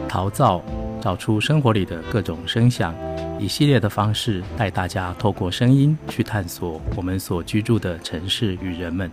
陶造，找出生活里的各种声响，以系列的方式带大家透过声音去探索我们所居住的城市与人们。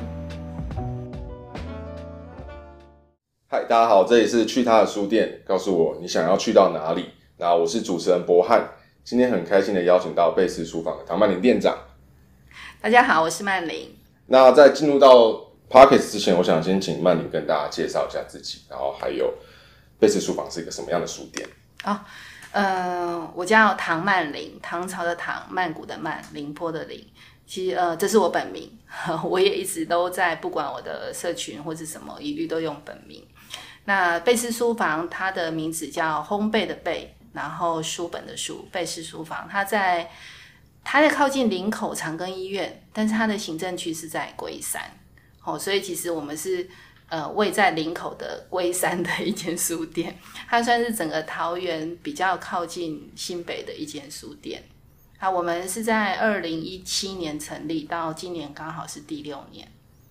嗨，大家好，这里是去他的书店，告诉我你想要去到哪里。那我是主持人博翰，今天很开心的邀请到贝斯书房的唐曼玲店长。 大家好，我是曼玲。 那在进入到 Podcast 之前，我想先请曼玲跟大家介绍一下自己，然后还有贝斯书房是一个什么样的书店？ 我叫唐曼玲，唐朝的唐，曼谷的曼，宁波的宁。其实这是我本名，我也一直都在，不管我的社群或是什么，一律都用本名。那贝斯书房，它的名字叫烘焙的焙，然后书本的书，贝斯书房，它在靠近林口长庚医院，但是它的行政区是在龟山，所以其实我们是位在林口的龟山的一间书店，它算是整个桃园比较靠近新北的一间书店。我们是在2017年成立，到今年刚好是第6年。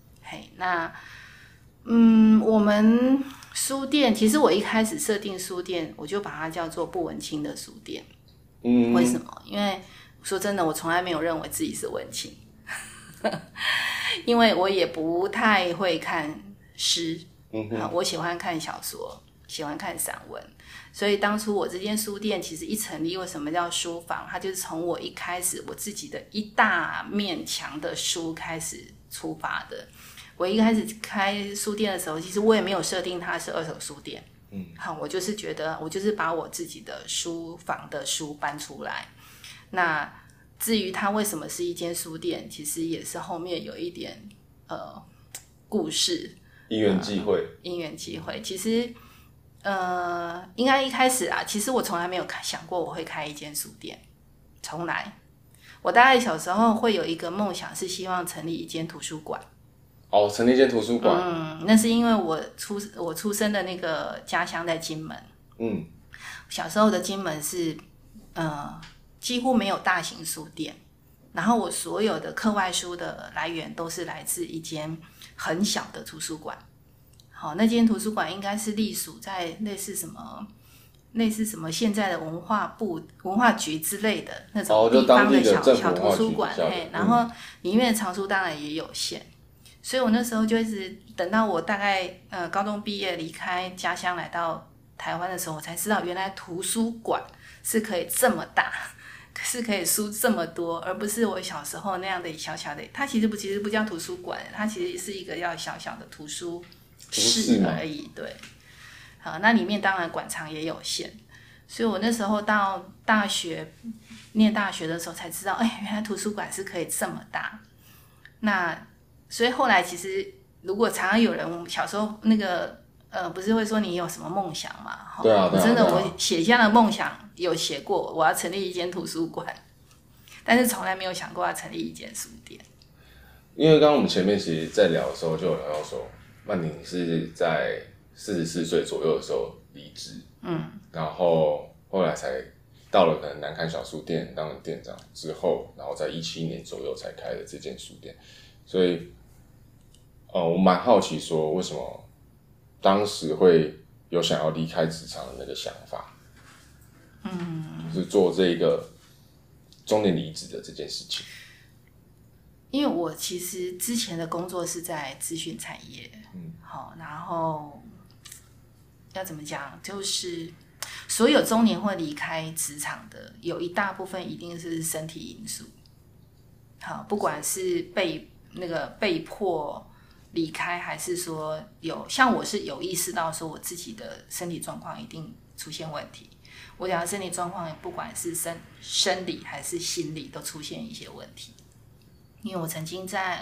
我们书店其实我一开始设定书店，我就把它叫做不文青的书店。为什么？因为说真的，我从来没有认为自己是文青，因为我也不太会看诗，我喜欢看小说，喜欢看散文，所以当初我这间书店其实一成立，为什么叫书房？它就是从我一开始我自己的一大面墙的书开始出发的。我一开始开书店的时候，其实我也没有设定它是二手书店，我就是觉得我就是把我自己的书房的书搬出来。那至于它为什么是一间书店，其实也是后面有一点故事， 因缘际会， 因缘际会。其实应该一开始其实我从来没有想过我会开一间书店，从来。我大概小时候会有一个梦想，是希望成立一间图书馆。 成立一间图书馆。 那是因为我出生的那个家乡在金门。小时候的金门是几乎没有大型书店，然后我所有的课外书的来源都是来自一间很小的图书馆。那间图书馆应该是隶属在类似什么现在的文化局之类的那种地方的小图书馆，然后里面的藏书当然也有限，所以我那时候就一直等到我大概高中毕业离开家乡来到台湾的时候，我才知道原来图书馆是可以这么大，是可以书这么多，而不是我小时候那样的小小的。它其实不叫图书馆，它其实是一个要小小的图书室而已。对，那里面当然馆藏也有限，所以我那时候到念大学的时候才知道，原来图书馆是可以这么大。那所以后来其实如果常常有人小时候那个不是会说你有什么梦想嘛？ 对啊， 真的我写下的梦想有写过，我要成立一间图书馆，但是从来没有想过要成立一间书店。 因为刚刚我们前面其实在聊的时候就有聊到说，曼玲是在44岁左右的时候离职，然后后来才到了可能南崁小书店当了店长之后，然后在17年左右才开了这间书店。所以我蛮好奇说为什么当时会有想要离开职场的那个想法，就是做这个中年离职的这件事情。 因为我其实之前的工作是在资讯产业，然后要怎么讲，就是所有中年会离开职场的，有一大部分一定是身体因素，不管是被迫离开，还是说像我是有意识到说我自己的身体状况一定出现问题。我讲的身体状况，不管是生理还是心理，都出现一些问题。因为我曾经在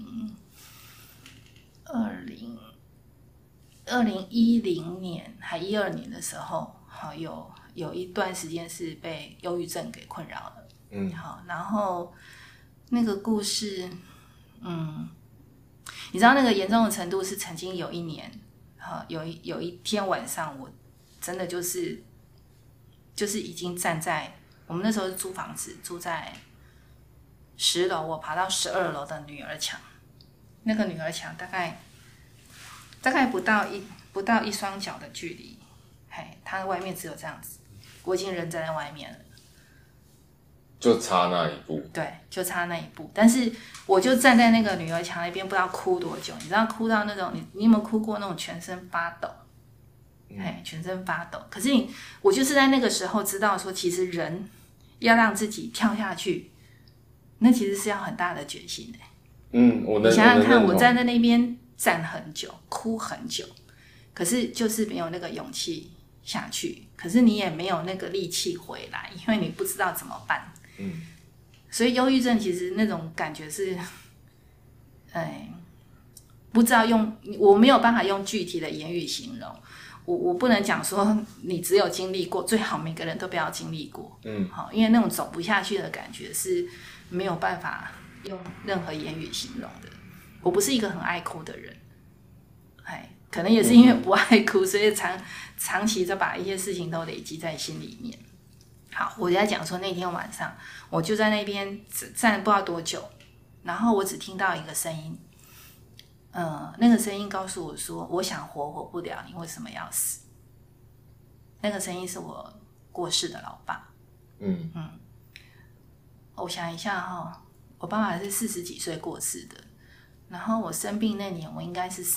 2010年还12年的时候，有一段时间是被忧郁症给困扰了。然后那个故事，你知道那个严重的程度是曾经有一年，有一天晚上，我真的就是已经站在我们那时候是租房子，住在10楼，我爬到12楼的女儿墙，那个女儿墙大概不到一双脚的距离， 他外面只有这样子，我已经人站在外面了， 就差那一步。 对，就差那一步。但是我就站在那个女儿墙那边，不知道哭多久。你知道哭到那种，你有没有哭过那种全身发抖？全身发抖。可是我就是在那个时候知道说，其实人要让自己跳下去，那其实是要很大的决心的。你想想看，我站在那边站很久，哭很久，可是就是没有那个勇气下去，可是你也没有那个力气回来，因为你不知道怎么办。所以忧郁症其实那种感觉是，不知道我没有办法用具体的言语形容。我不能讲说你只有经历过，最好每个人都不要经历过。因为那种走不下去的感觉是没有办法用任何言语形容的。我不是一个很爱哭的人，可能也是因为不爱哭，所以长期就把一些事情都累积在心里面。好，我在讲说那天晚上，我就在那边站不知道多久，然后我只听到一个声音，那个声音告诉我说：“我想活不了，你为什么要死？”那个声音是我过世的老爸。我想一下哈，我爸爸是40几岁过世的，然后我生病那年我应该是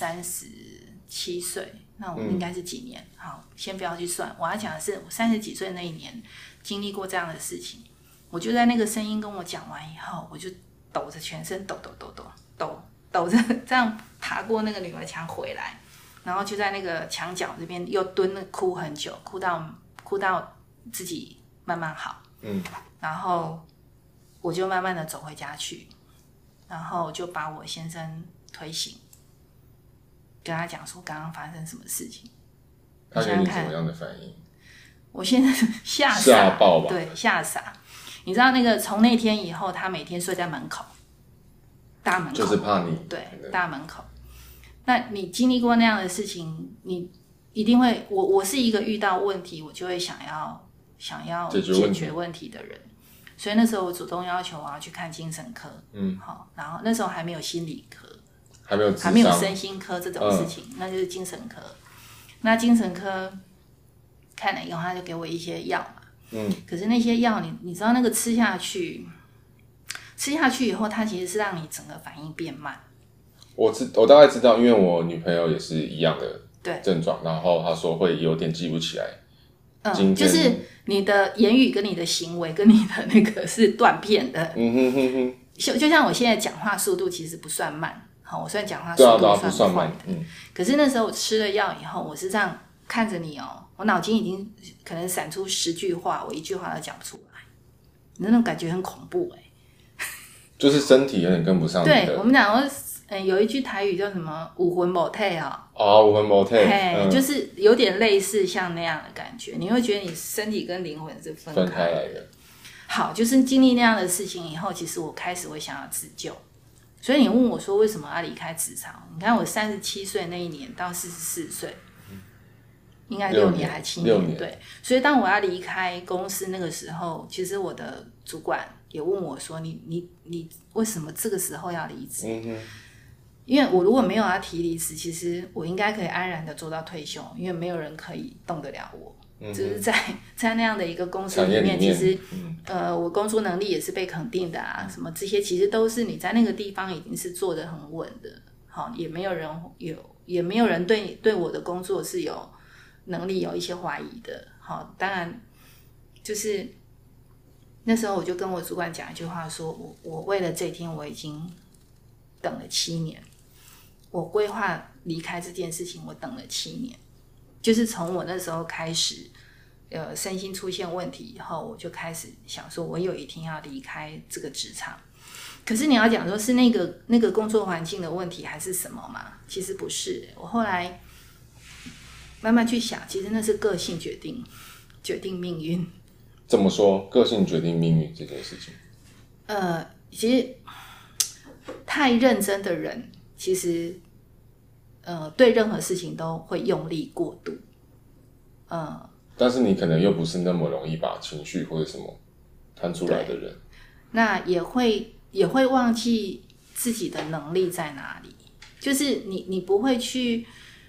37岁，那我应该是几年？好，先不要去算，我要讲的是我30几岁那一年经历过这样的事情。我就在那个声音跟我讲完以后，我就抖着全身抖着这样爬过那个女儿墙回来，然后就在那个墙角这边又蹲了哭很久，哭到自己慢慢好。然后我就慢慢的走回家去，然后就把我先生推醒，跟他讲说刚刚发生什么事情。 他给你什么样的反应？ 我现在吓爆吧？ 对，吓傻。你知道那个从那天以后，他每天睡在门口，大门口， 就是怕你。 对，大门口。那你经历过那样的事情，你一定会。我是一个遇到问题，我就会想要解决问题的人。所以那时候我主动要求我要去看精神科。好，然后那时候还没有心理科，还没有身心科这种事情，那就是精神科。那精神科看了以后，他就给我一些药嘛。可是那些药你知道那个吃下去以后，它其实是让你整个反应变慢。 我大概知道，因为我女朋友也是一样的症状，然后她说会有点记不起来。 就是你的言语跟你的行为跟你的那个是断片的。就像我现在讲话速度其实不算慢，我虽然讲话速度算快的，可是那时候我吃了药以后，我是这样看着你我脑筋已经可能闪出10句话，我一句话都讲不出来，那种感觉很恐怖就是身体有点跟不上你的。 对，我们讲有一句台语叫什么“武魂某退” 武魂某退， 就是有点类似像那样的感觉，你会觉得你身体跟灵魂是分开来的。好，就是经历那样的事情以后，其实我开始会想要自救。所以你问我说为什么要离开职场？你看我37岁那一年到44岁。应该6年还7年，对。所以当我要离开公司那个时候，其实我的主管也问我说：“你为什么这个时候要离职？”因为我如果没有要提离职，其实我应该可以安然的做到退休，因为没有人可以动得了我。就是在那样的一个公司里面，其实我工作能力也是被肯定的啊，什么这些其实都是你在那个地方已经是做得很稳的。好，也没有人对我的工作是有能力有一些怀疑的。好，当然就是那时候我就跟我主管讲一句话说，我为了这一天我已经等了7年，我规划离开这件事情我等了7年，就是从我那时候开始身心出现问题以后，我就开始想说我有一天要离开这个职场。可是你要讲说是那个工作环境的问题还是什么嘛？其实不是。我后来慢慢去想，其实那是个性决定命运。 怎么说？个性决定命运这件事情？ 其实太认真的人，其实对任何事情都会用力过度。 但是你可能又不是那么容易把情绪或者什么弹出来的人， 那也会忘记自己的能力在哪里。就是你不会去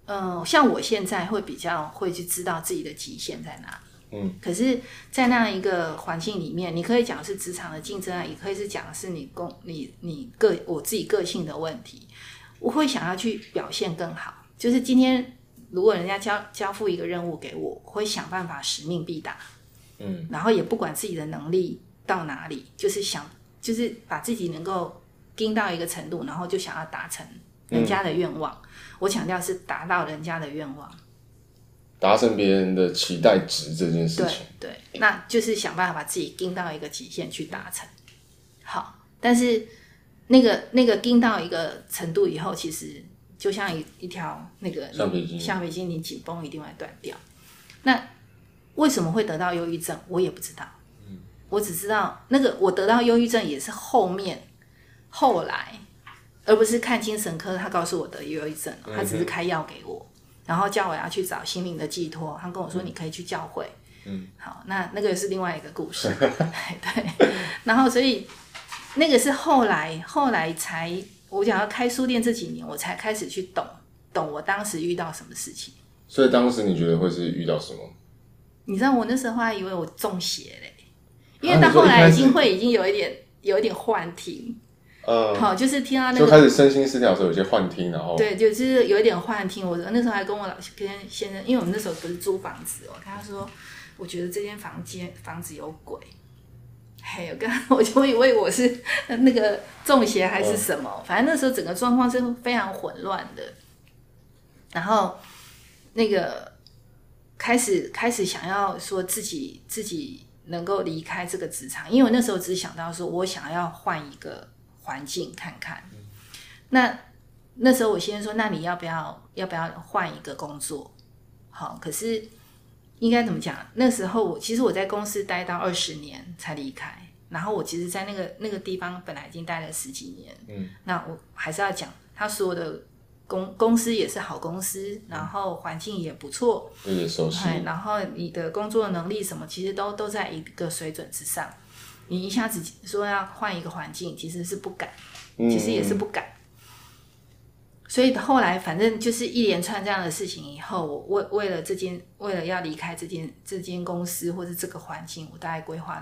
像我现在会比较会去知道自己的极限在哪里。可是，在那样一个环境里面，你可以讲是职场的竞争啊，也可以是讲是我自己个性的问题。我会想要去表现更好，就是今天如果人家交付一个任务给我，我会想办法使命必达。然后也不管自己的能力到哪里，就是把自己能够盯到一个程度，然后就想要达成人家的愿望。我强调是达到人家的愿望， 达成别人的期待值这件事情。 对，那就是想办法把自己盯到一个极限去达成。好，但是那个盯到一个程度以后，其实就像一条那个橡皮筋，你紧绷一定会断掉。那为什么会得到忧郁症？我也不知道。我只知道我得到忧郁症也是后来。而不是看精神科，他告诉我得忧郁症，他只是开药给我，然后叫我要去找心灵的寄托。他跟我说你可以去教会。好，那个是另外一个故事。对，然后所以那个是后来才，我想要开书店这几年，我才开始去懂我当时遇到什么事情。 所以当时你觉得会是遇到什么？ 你知道我那时候还以为我中邪嘞，因为到后来已经有一点幻听。好，就是听到就开始身心失调的时候，有些幻听，然后对，就是有一点幻听。我那时候还跟先生，因为我们那时候不是租房子哦，他说我觉得这间房子有鬼。嘿，我就以为我是那个中邪还是什么，反正那时候整个状况是非常混乱的。然后那个开始想要说自己能够离开这个职场，因为我那时候只想到说我想要换一个环境看看。那时候我先生说，那你要不要换一个工作？好，可是应该怎么讲？那时候其实我在公司待到20年才离开，然后我其实在那个地方本来已经待了10几年。那我还是要讲，他所有的公司也是好公司，然后环境也不错， 也熟悉， 然后你的工作能力什么，其实都在一个水准之上。你一下子说要换一个环境，其实是不敢，其实也是不敢。所以后来反正就是一连串这样的事情以后，我为了要离开这间公司或是这个环境，我大概规划了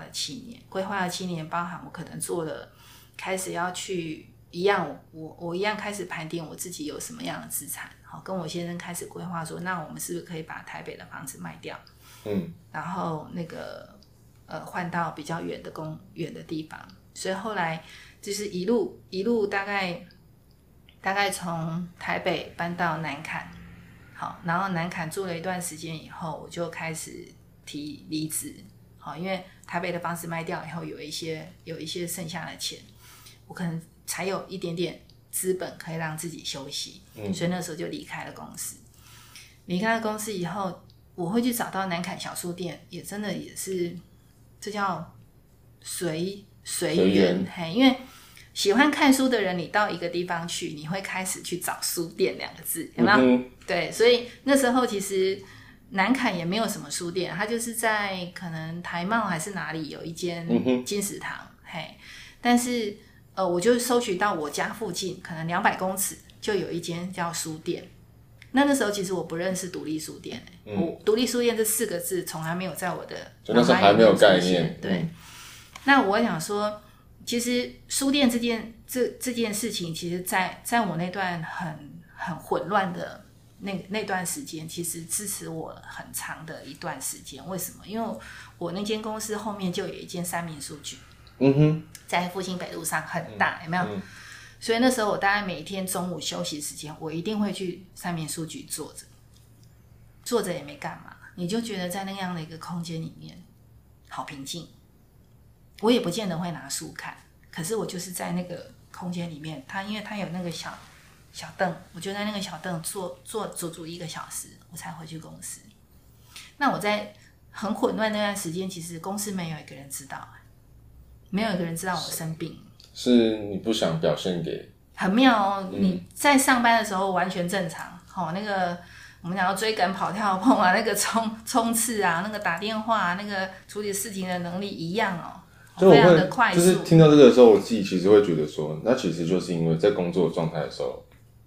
7年，包含我可能开始要去一样，我一样开始盘点我自己有什么样的资产，好，跟我先生开始规划说，那我们是不是可以把台北的房子卖掉，然后那个换到比较远的地方。所以后来就是一路大概从台北搬到南崁，好，然后南崁住了一段时间以后，我就开始提离职，好，因为台北的房子卖掉以后，有一些剩下的钱，我可能才有一点点资本可以让自己休息，所以那时候就离开了公司。离开了公司以后，我会去找到南崁小书店，也真的也是，这叫随缘，因为喜欢看书的人，你到一个地方去，你会开始去找书店2个字，有没有？对，所以那时候其实南崁也没有什么书店，它就是在可能台茂还是哪里有一间金石堂，但是我就搜取到我家附近可能200公尺就有一间叫书店。那时候其实我不认识独立书店，我独立书店这4个字从来没有在我的就那时候还没有概念。 对，那我想说，其实书店这件事情，其实在我那段很混乱的那段时间，其实支持我很长的一段时间。为什么？因为我那间公司后面就有一间三民书局，在复兴北路上很大，有没有？所以那时候我大概每天中午休息时间，我一定会去三民书局坐着也没干嘛，你就觉得在那样的一个空间里面好平静。我也不见得会拿书看，可是我就是在那个空间里面，因为它有那个小凳，我就在那个小凳坐足足1个小时，我才回去公司。那我在很混乱那段时间，其实公司没有一个人知道，没有一个人知道我生病。是你不想表现给？ 很妙哦，你在上班的时候完全正常，那个我们讲要追赶跑跳碰啊，那个冲刺啊，那个打电话啊，那个处理事情的能力一样哦。非常的快速。 就是听到这个的时候，我自己其实会觉得说，那其实就是因为在工作状态的时候，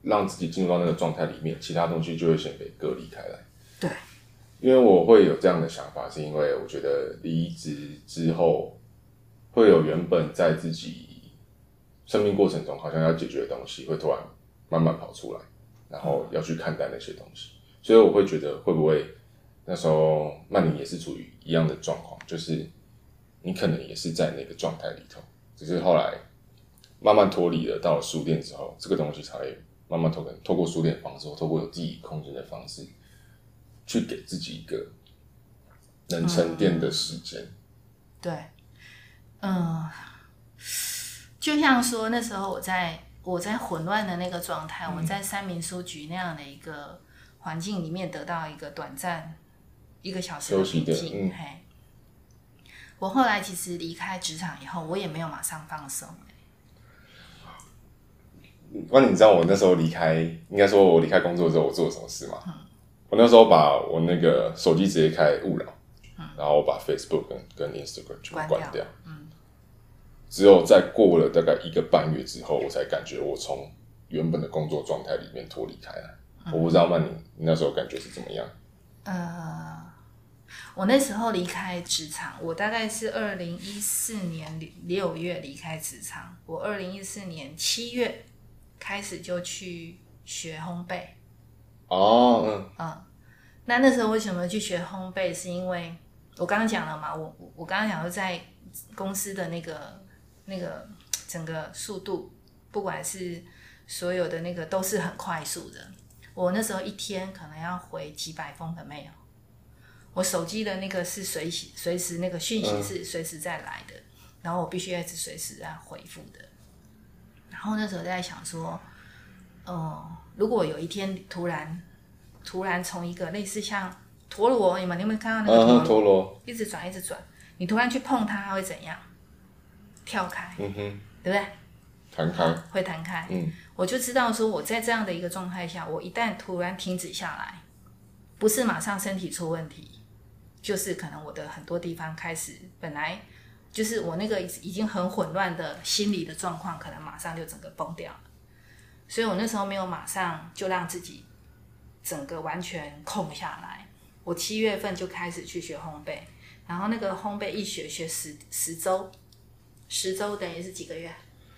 让自己进入到那个状态里面，其他东西就会先被隔离开来。 对， 因为我会有这样的想法，是因为我觉得离职之后会有原本在自己生命过程中好像要解决的东西，会突然慢慢跑出来，然后要去看待那些东西。所以我会觉得，会不会那时候曼宁也是处于一样的状况，就是你可能也是在那个状态里头，只是后来慢慢脱离了，到了书店之后，这个东西才会慢慢透过书店的方式，或透过有自己空间的方式，去给自己一个能沉淀的时间。 对，就像说那时候我在混乱的那个状态，我在三民书局那样的一个环境里面得到一个短暂1个小时的平静。我后来其实离开职场以后，我也没有马上放松。 那你知道我那时候离开，应该说我离开工作之后，我做了什么事吗？我那时候把我那个手机直接开勿扰，然后我把 Facebook 跟 Instagram 全部关掉。只有在过了大概1个半月之后，我才感觉我从原本的工作状态里面脱离开来。我不知道曼宁你那时候感觉是怎么样？ 我那时候离开职场，我大概是2014年6月离开职场，我2014年7月开始就去学烘焙。那时候为什么去学烘焙？是因为我刚刚讲了嘛，我刚刚讲说在公司的那个整个速度，不管是所有的那个都是很快速的。我那时候一天可能要回几百封的 mail， 我手机的那个是随时那个讯息是随时在来的，然后我必须一直随时在回复的。然后那时候在想说，如果有一天突然从一个类似像陀螺，你们有没有看到那个陀螺？一直转，你突然去碰它会怎样？跳开，对不对？ 弹开， 会弹开。我就知道说我在这样的一个状态下，我一旦突然停止下来，不是马上身体出问题，就是可能我的很多地方开始本来就是我那个已经很混乱的心理的状况，可能马上就整个崩掉了。所以我那时候没有马上就让自己整个完全空下来。我7月份就开始去学烘焙，然后那个烘焙一学10周，10周等于是几个月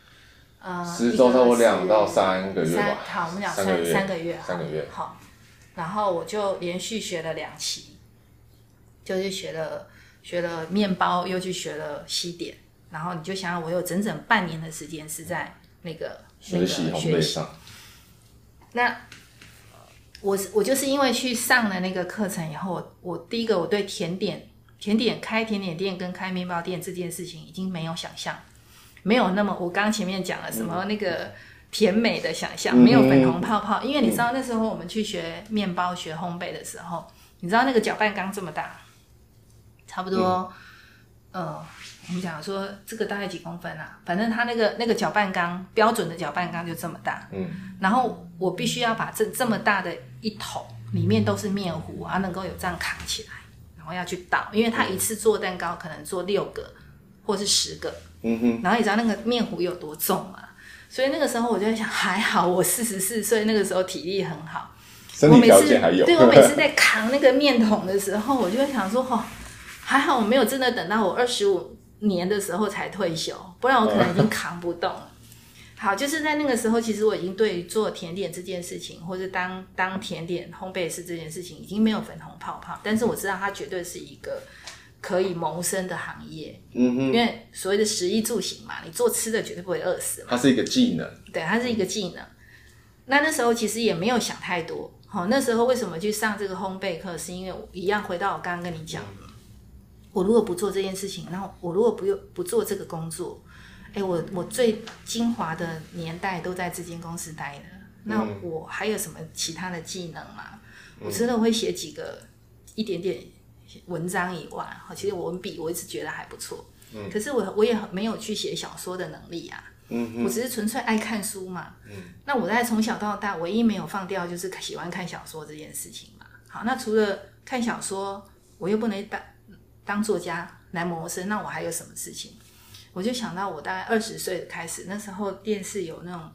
？10周差不多2到3个月吧。 好，我们讲3个月。 3个月。 好，然后我就连续学了2期，就是学了面包，又去学了西点，然后你就想想，我有整整半年的时间是在那个学习烘焙上。 那我就是因为去上了那个课程以后，我第一个我对开甜点店跟开面包店这件事情已经没有想象，没有那么我刚前面讲了什么那个甜美的想象，没有粉红泡泡。因为你知道那时候我们去学面包学烘焙的时候，你知道那个搅拌缸这么大，差不多我们讲说这个大概几公分啊，反正它那个搅拌缸标准的搅拌缸就这么大。然后我必须要把这么大的一桶里面都是面糊啊，能够有这样扛起来，然后要去倒，因为他一次做蛋糕可能做6个或是10个。然后你知道那个面糊有多重吗？所以那个时候我就在想，还好我44岁，那个时候体力很好， 身体条件还有。 对，我每次在扛那个面桶的时候，我就会想说，还好我没有真的等到我25年的时候才退休，不然我可能已经扛不动了。好，就是在那个时候，其实我已经对于做甜点这件事情，或者当甜点烘焙师这件事情，已经没有粉红泡泡，但是我知道它绝对是一个可以谋生的行业。因为所谓的食衣住行嘛，你做吃的绝对不会饿死嘛。 它是一个技能。 对，它是一个技能。那时候其实也没有想太多。那时候为什么去上这个烘焙课，是因为我一样回到我刚刚跟你讲的，我如果不做这件事情，然后我如果不做这个工作，我最精华的年代都在这间公司待的，那我还有什么其他的技能吗？我真的会写几个一点点文章以外，其实我文笔我一直觉得还不错。可是我也没有去写小说的能力啊。我只是纯粹爱看书嘛。那我在从小到大唯一没有放掉就是喜欢看小说这件事情嘛。好，那除了看小说，我又不能当作家来谋生，那我还有什么事情？我就想到我大概20岁开始，那时候电视有那种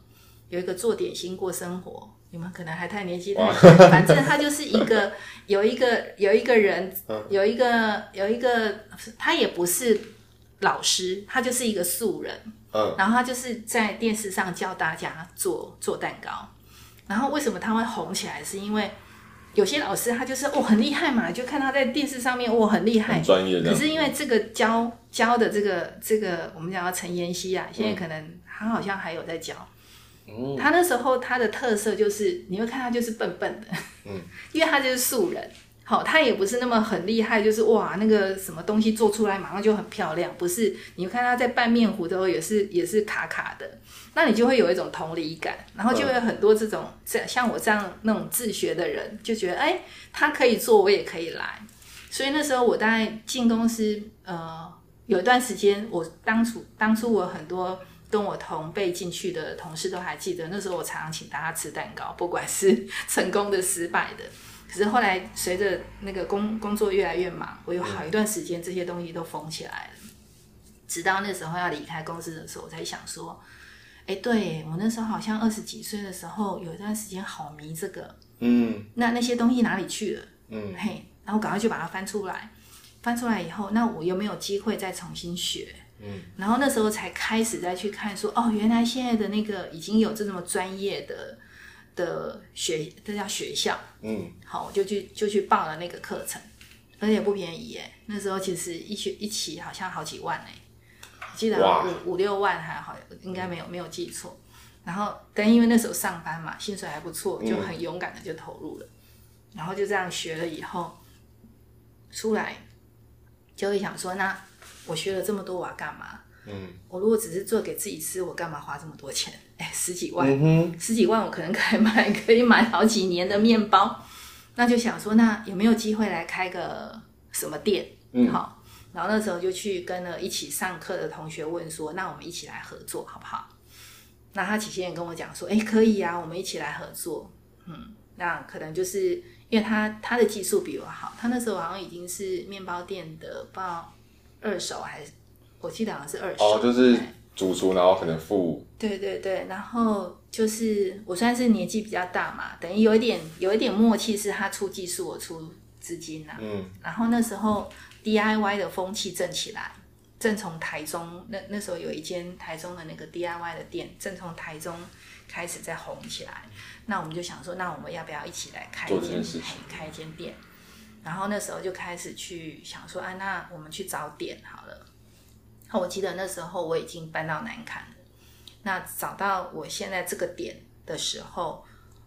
有一个做点心过生活，你们可能还太年纪太小，反正他就是有一个人，有一个他也不是老师，他就是一个素人，然后他就是在电视上教大家做蛋糕。然后为什么他会红起来？是因为有些老师他就是很厉害嘛，就看他在电视上面很厉害， 很专业的。 可是因为这个教的这个我们讲到陈妍希啊，现在可能他好像还有在教。他那时候他的特色就是你会看他就是笨笨的，因为他就是素人。好，他也不是那么很厉害，就是哇那个什么东西做出来马上就很漂亮，不是？你看他在拌面糊的时候也是卡卡的，那你就会有一种同理感，然后就会有很多这种像我这样那种自学的人，就觉得他可以做，我也可以来。所以那时候我大概进公司，有一段时间，我当初我很多跟我同辈进去的同事都还记得，那时候我常常请大家吃蛋糕，不管是成功的、失败的。可是后来随着那个工作越来越忙，我有好一段时间这些东西都封起来了。直到那时候要离开公司的时候，我才想说，对，我那时候好像20几岁的时候，有一段时间好迷这个，那些东西哪里去了？然后赶快就把它翻出来。翻出来以后，那我有没有机会再重新学？然后那时候才开始再去看说，原来现在的那个已经有这么专业的这叫学校，好，我就去报了那个课程，而且不便宜耶。那时候其实一期好像好几万耶，我记得5-6万还好，应该没有记错。然后但因为那时候上班嘛，薪水还不错，就很勇敢的就投入了。然后就这样学了以后，出来就会想说，那我学了这么多，我要干嘛？我如果只是做给自己吃，我干嘛花这么多钱？10几万，10几万我可能可以买好几年的面包。那就想说，那有没有机会来开个什么店？好，然后那时候就去跟了一起上课的同学问说，那我们一起来合作好不好？那他起先也跟我讲说，可以啊，我们一起来合作。那可能就是因为他的技术比我好，他那时候好像已经是面包店的不知道2手还是。我记得好像是2手， 就是主厨，然后可能副。 对，然后就是我算是年纪比较大嘛，等于有一点默契，是他出技术，我出资金啊。然后那时候 DIY 的风气正起来，正从台中那时候有一间台中的那个 DIY 的店，正从台中开始在红起来。那我们就想说，那我们要不要一起来开一间店？然后那时候就开始去想说，那我们去找点好了。我记得那时候我已经搬到南崁了，那找到我现在这个点的时候，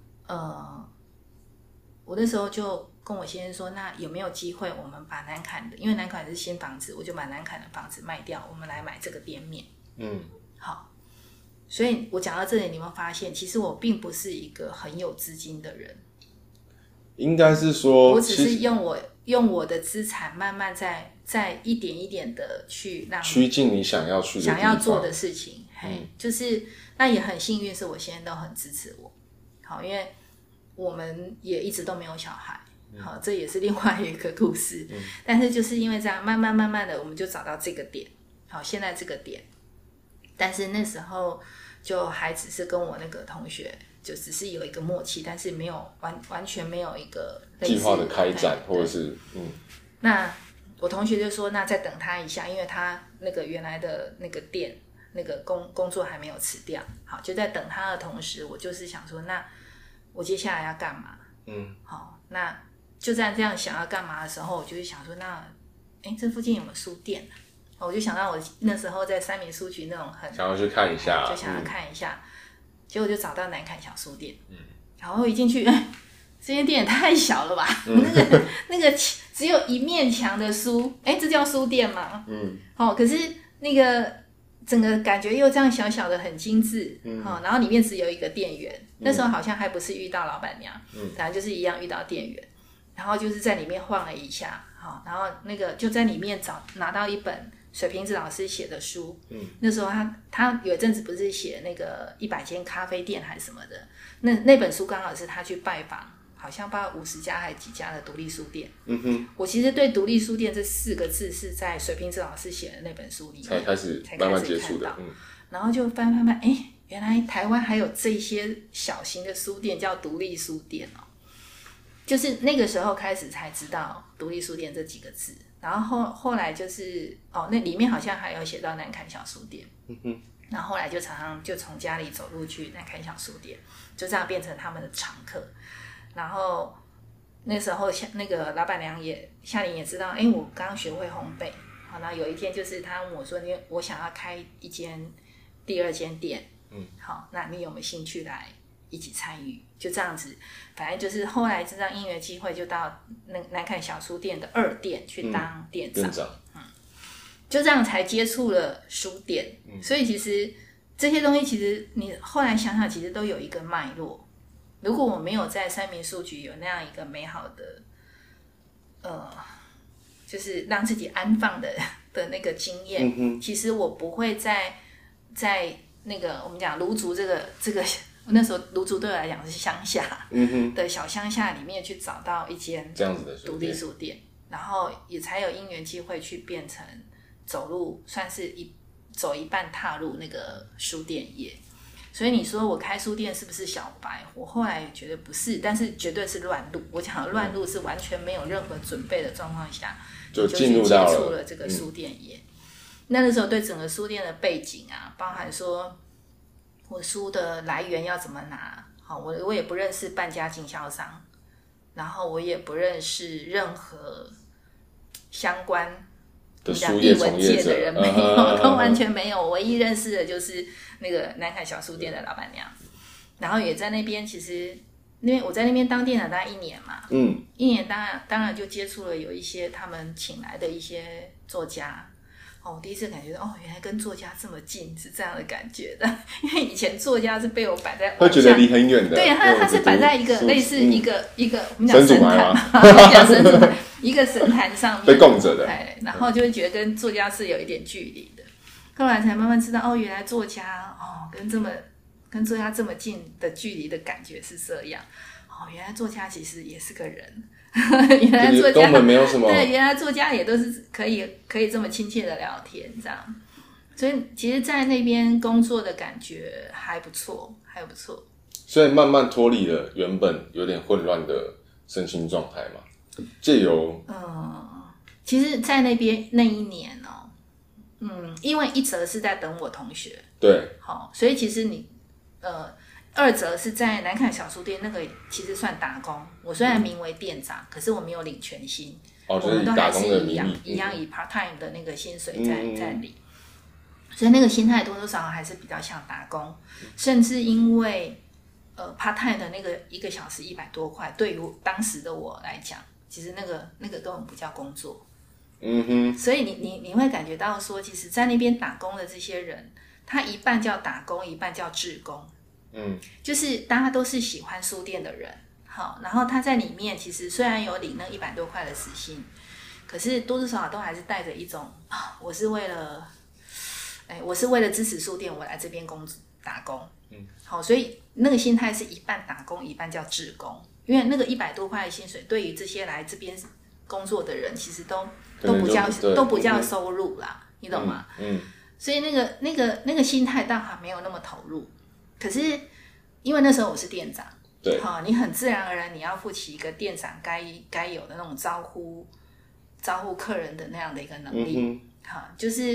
我那时候就跟我先生说，那有没有机会我们把南崁的，因为南崁是新房子，我就把南崁的房子卖掉，我们来买这个店面。好，所以我讲到这里，你有没有发现，其实我并不是一个很有资金的人， 应该是说， 我只是用我的资产慢慢再一点一点的去让趋近你想要做的事情。就是那也很幸运，是我先生都很支持我。好，因为我们也一直都没有小孩，好，这也是另外一个故事。但是就是因为这样，慢慢的，我们就找到这个点。好，现在这个点，但是那时候就还只是跟我那个同学。就只是有一个默契，但是没有完全没有一个计划的开展，或者是那我同学就说，那再等他一下，因为他那个原来的那个店那个工作还没有辞掉。好，就在等他的同时，我就是想说，那我接下来要干嘛？好，那就在这样想要干嘛的时候，我就想说，那这附近有没有书店？我就想到我那时候在三民书局那种很想要去看一下， 就想要看一下。结果就找到南崁小书店，然后一进去，这间店也太小了吧？那个只有一面墙的书，这叫书店吗？可是那个整个感觉又这样小小的，很精致，然后里面只有一个店员，那时候好像还不是遇到老板娘，反正就是一样遇到店员，然后就是在里面晃了一下，然后那个就在里面拿到一本。水瓶子老师写的书，那时候他有一阵子不是写那个100间咖啡店还是什么的，那本书刚好是他去拜访，好像不知道50家还是几家的独立书店。我其实对独立书店这4个字是在水瓶子老师写的那本书里面才开始慢慢接触的。 然后就翻， 原来台湾还有这些小型的书店叫独立书店哦。就是那个时候开始才知道独立书店这几个字，然后后来就是那里面好像还有写到南崁小书店，然后后来就常常就从家里走路去南崁小书店，就这样变成他们的常客。然后那时候那个老板娘夏琳也知道，我刚学会烘焙，好，然后有一天就是她问我说，我想要开第二间店，好，那你有没有兴趣来一起参与？就这样子，反正就是后来这样因缘机会，就到南崁小书店的2店去当店长，就这样才接触了书店。所以其实这些东西，其实你后来想想，其实都有一个脉络。如果我没有在三民书局有那样一个美好的，就是让自己安放的那个经验，其实我不会在那个我们讲芦竹这个。那时候芦竹对我来讲是乡下的小乡下里面去找到一间这样子的独立书店，然后也才有因缘机会去变成走路，算是走一半踏入那个书店业。所以你说我开书店是不是小白？我后来也觉得不是，但是绝对是乱入。我讲的乱入是完全没有任何准备的状况下， 就进入到接触了这个书店业。那时候对整个书店的背景啊，包含说我书的来源要怎么拿，好，我也不认识半家经销商，然后我也不认识任何相关的书业艺文界的人，没有，都完全没有。我唯一认识的就是那个南崁小书店的老板娘，然后也在那边，其实因为我在那边当店长大概1年嘛，1年当然就接触了有一些他们请来的一些作家。我第一次感觉到原来跟作家这么近，是这样的感觉的。因为以前作家是被我摆在会觉得离很远的， 对，他是摆在一个类似一个我们讲神坛，一个神坛上面被供着的， 然后就会觉得跟作家是有一点距离的。后来才慢慢知道，原来作家跟作家这么近的距离的感觉是这样。原来作家其实也是个人。原来作家根本没有什么， 对，原来作家也都是可以这么亲切的聊天，这样。所以其实，在那边工作的感觉还不错，还不错。 所以慢慢脱离了原本有点混乱的身心状态嘛，借由其实，在那边那一年因为一则是在等我同学， 对， 好，所以其实你2则是在南崁小书店，那个其实算打工。我虽然名为店长，可是我没有领全薪，我们都还是一样以 part time 的那个薪水在领，所以那个心态多多少少还是比较像打工，甚至因为part time 的那个1个小时100多块，对于当时的我来讲，其实那个根本不叫工作。所以你会感觉到说，其实在那边打工的这些人，他一半叫打工，一半叫志工。就是大家都是喜欢书店的人，好，然后他在里面其实虽然有领那100多块的时薪，可是多多少少都还是带着一种我是为了支持书店，我来这边打工，好，所以那个心态是一半打工，一半叫志工，因为那个100多块的薪水，对于这些来这边工作的人，其实都不叫收入啦，你懂吗？所以那个心态倒还没有那么投入。可是因为那时候我是店长， 对， 你很自然而然你要负起一个店长该有的那种招呼客人的那样的一个能力，就是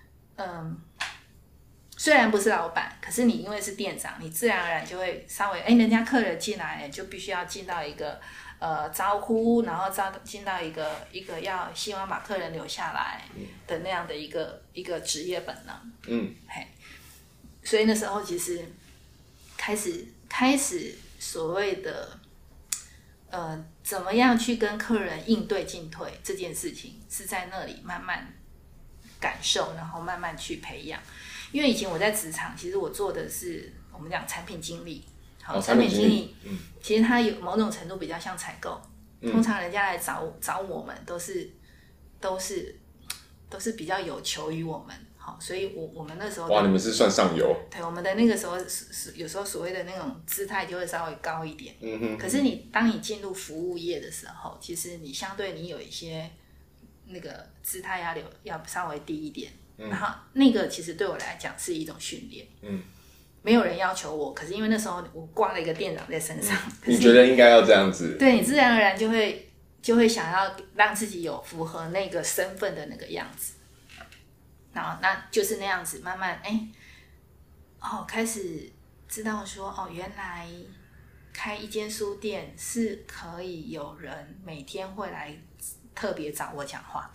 虽然不是老板，可是你因为是店长，你自然而然就会稍微人家客人进来就必须要进到一个招呼，然后进到一个要希望把客人留下来的那样的一个职业本能，所以那时候其实开始所谓的怎么样去跟客人应对进退这件事情，是在那里慢慢感受，然后慢慢去培养。因为以前我在职场，其实我做的是我们讲产品经理，好，产品经理，其实它有某种程度比较像采购，通常人家来找我们都是比较有求于我们。好，所以我们那时候你们是算上游， 对，我们的那个时候有时候所谓的那种姿态就会稍微高一点，可是当你进入服务业的时候，其实你相对你有一些那个姿态要稍微低一点，然后那个其实对我来讲是一种训练， 没有人要求我，可是因为那时候我挂了一个店长在身上， 你觉得应该要这样子？ 对，你自然而然就会想要让自己有符合那个身份的那个样子，然后那就是那样子慢慢开始知道说原来开一间书店是可以有人每天会来特别找我讲话的。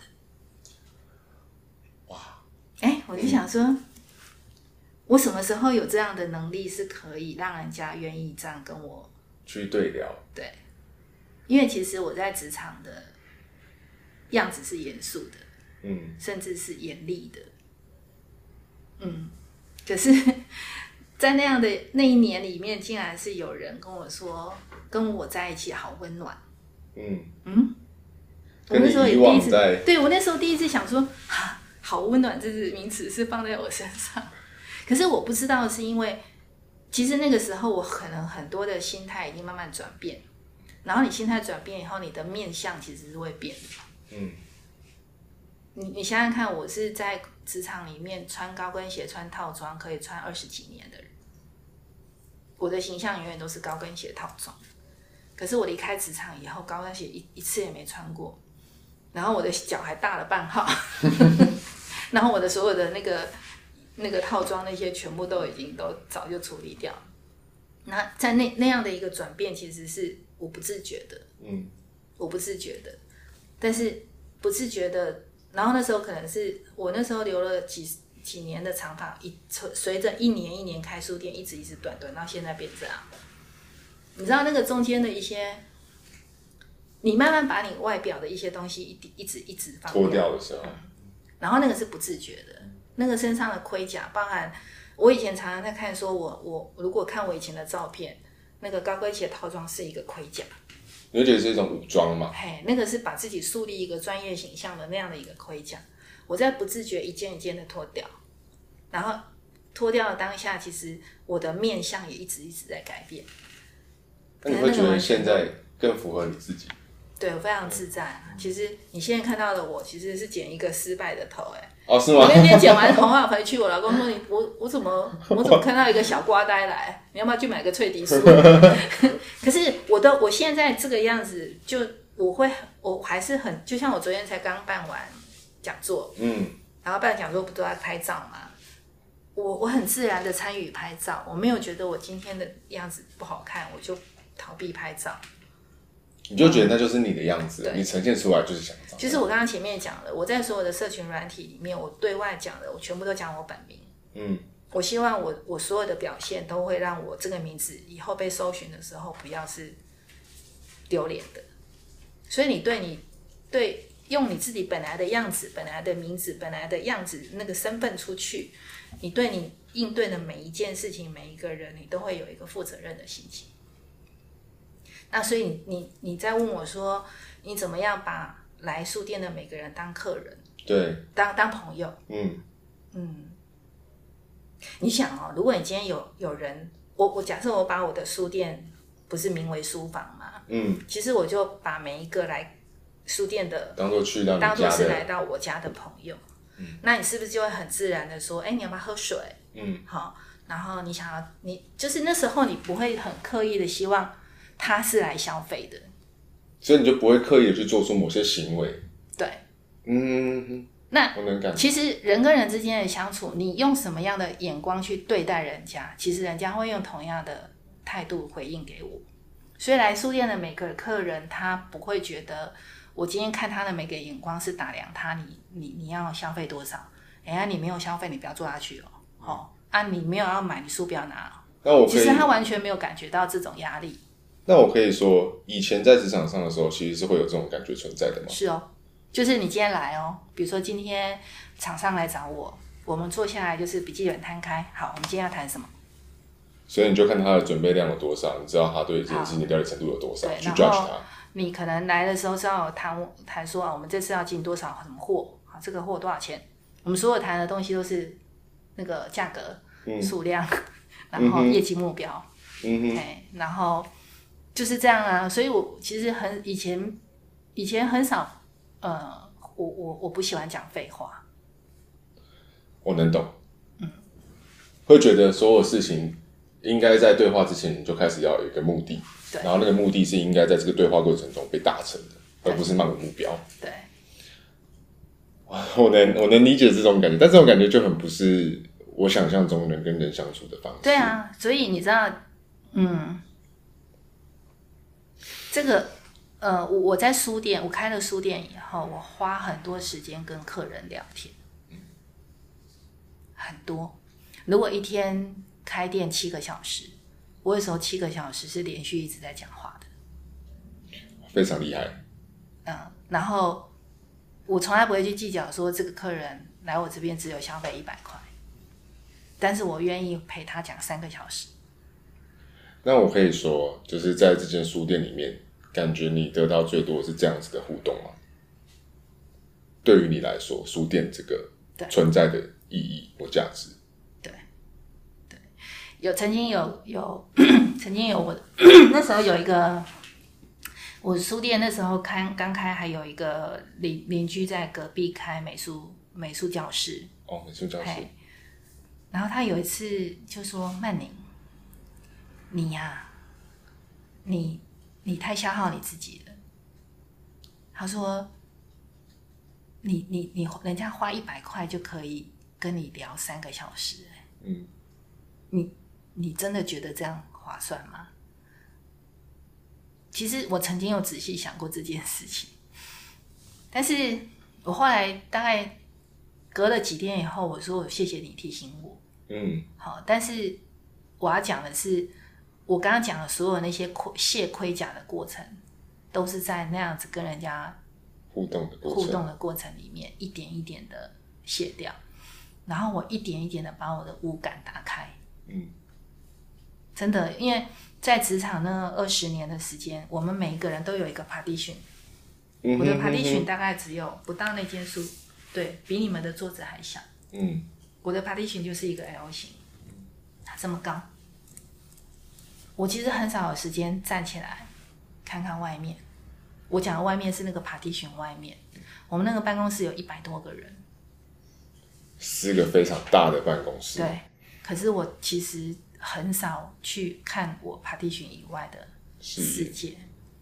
哇！我就想说，我什么时候有这样的能力是可以让人家愿意这样跟我去对聊？对， 因为其实我在职场的样子是严肃的，甚至是严厉的，可是在那一年里面，竟然是有人跟我说，跟我在一起好温暖。我那时候也第一次，对，我那时候第一次想说，好温暖这个名词是放在我身上，可是我不知道是因为，其实那个时候我可能很多的心态已经慢慢转变，然后你心态转变以后，你的面相其实是会变的。你想想看，我是在职场里面穿高跟鞋、穿套装可以穿20几年的人，我的形象永远都是高跟鞋套装。可是我离开职场以后，高跟鞋一次也没穿过，然后我的脚还大了半号，然后我的所有的那个套装那些全部都早就处理掉。那在那样的一个转变，其实是我不自觉的，我不自觉的，但是不自觉的。然后那时候可能是我那时候留了几年的长发，随着一年一年开书店，一直短到现在变这样。你知道那个中间的一些，你慢慢把你外表的一些东西一直放脱掉的时候， 然后那个是不自觉的，那个身上的盔甲，包含我以前常常在看，说我如果看我以前的照片，那个高跟鞋套装是一个盔甲。 你会觉得是一种武装吗？ 那个是把自己树立一个专业形象的那样的一个盔甲，我在不自觉一件一件的脱掉，然后脱掉的当下，其实我的面相也一直在改变。 那你会觉得现在更符合你自己？ 对，我非常自在。其实你现在看到的我，其实是剪一个失败的头， 是吗？ 我那天剪完头发回去，我老公说我怎么看到一个小瓜呆来？你要不要去买个脆笛酥？可是我现在这个样子，就我还是很，就像我昨天才刚办完讲座，然后办讲座不都要拍照吗？我很自然的参与拍照，我没有觉得我今天的样子不好看，我就逃避拍照。 你就觉得那就是你的样子，你呈现出来就是想照。 其实我刚刚前面讲了，我在所有的社群软体里面，我对外讲的，我全部都讲我本名。我希望我所有的表现都会让我这个名字以后被搜寻的时候不要是丢脸的。所以你对用你自己本来的样子、本来的名字、本来的样子那个身份出去，你对你应对的每一件事情、每一个人，你都会有一个负责任的心情。那所以你在问我说，你怎么样把来书店的每个人当客人？ 对， 当朋友。你想如果你今天有人，我假设我把我的书店不是名为书房嘛，其实我就把每一个来书店的当作是来到我家的朋友。那你是不是就会很自然的说，你要不要喝水？好，然后你就是那时候你不会很刻意的希望他是来消费的， 所以你就不会刻意的去做出某些行为。 对，那我能感觉， 其实人跟人之间的相处，你用什么样的眼光去对待人家，其实人家会用同样的态度回应给我。所以来书店的每个客人，他不会觉得我今天看他的每个眼光是打量他，你要消费多少？你没有消费，你不要做下去哦。你没有要买，你书不要拿。其实他完全没有感觉到这种压力。 那我可以说，以前在职场上的时候，其实是会有这种感觉存在的吗？ 是就是你今天来比如说今天厂商来找我们坐下来就是笔记本摊开，好，我们今天要谈什么？ 所以你就看他的准备量有多少，你知道他对这件事情的了解程度有多少，去 judge 他。 你可能来的时候是要谈说我们这次要进多少什么货，好，这个货多少钱？我们所有谈的东西都是那个价格、数量，然后业绩目标，然后就是这样啊。所以我其实以前很少，我不喜欢讲废话。 我能懂，会觉得所有事情应该在对话之前你就开始要有一个目的，然后那个目的是应该在这个对话过程中被达成的，而不是漫无目标。 对， 我能理解这种感觉，但这种感觉就很不是我想象中人跟人相处的方式。 对啊，所以你知道，这个我在书店，我开了书店以后，我花很多时间跟客人聊天，很多。如果一天开店7个小时，我有时候7个小时是连续一直在讲话的， 非常厉害。 然后我从来不会去计较说这个客人来我这边只有消费100块，但是我愿意陪他讲3个小时。 那我可以说，就是在这间书店里面，感觉你得到最多是这样子的互动吗？对于你来说，书店这个存在的意义或价值？ 对，曾经有我那时候有一个，我书店那时候刚开，还有一个邻居在隔壁开美术教室。 哦，美术教室。 然后他有一次就说：“曼宁，你呀，你太消耗你自己了。”他说：“你人家花100块就可以跟你聊3个小时，你真的觉得这样划算吗？”其实我曾经有仔细想过这件事情，但是我后来大概隔了几天以后，我说：“谢谢你提醒我。”好，但是我要讲的是，我刚刚讲的所有那些卸盔甲的过程，都是在那样子跟人家互动的过程里面，一点一点的卸掉，然后我一点一点的把我的五感打开。真的，因为在职场那20年的时间，我们每一个人都有一个 partition。我的 partition 大概只有不到那间书，对比你们的桌子还小。我的 partition 就是一个 L 型，它这么高。我其实很少有时间站起来看看外面。我讲的外面是那个 partition 外面。我们那个办公室有100多个人， 是个非常大的办公室。 对，可是我其实很少去看我 partition 以外的世界。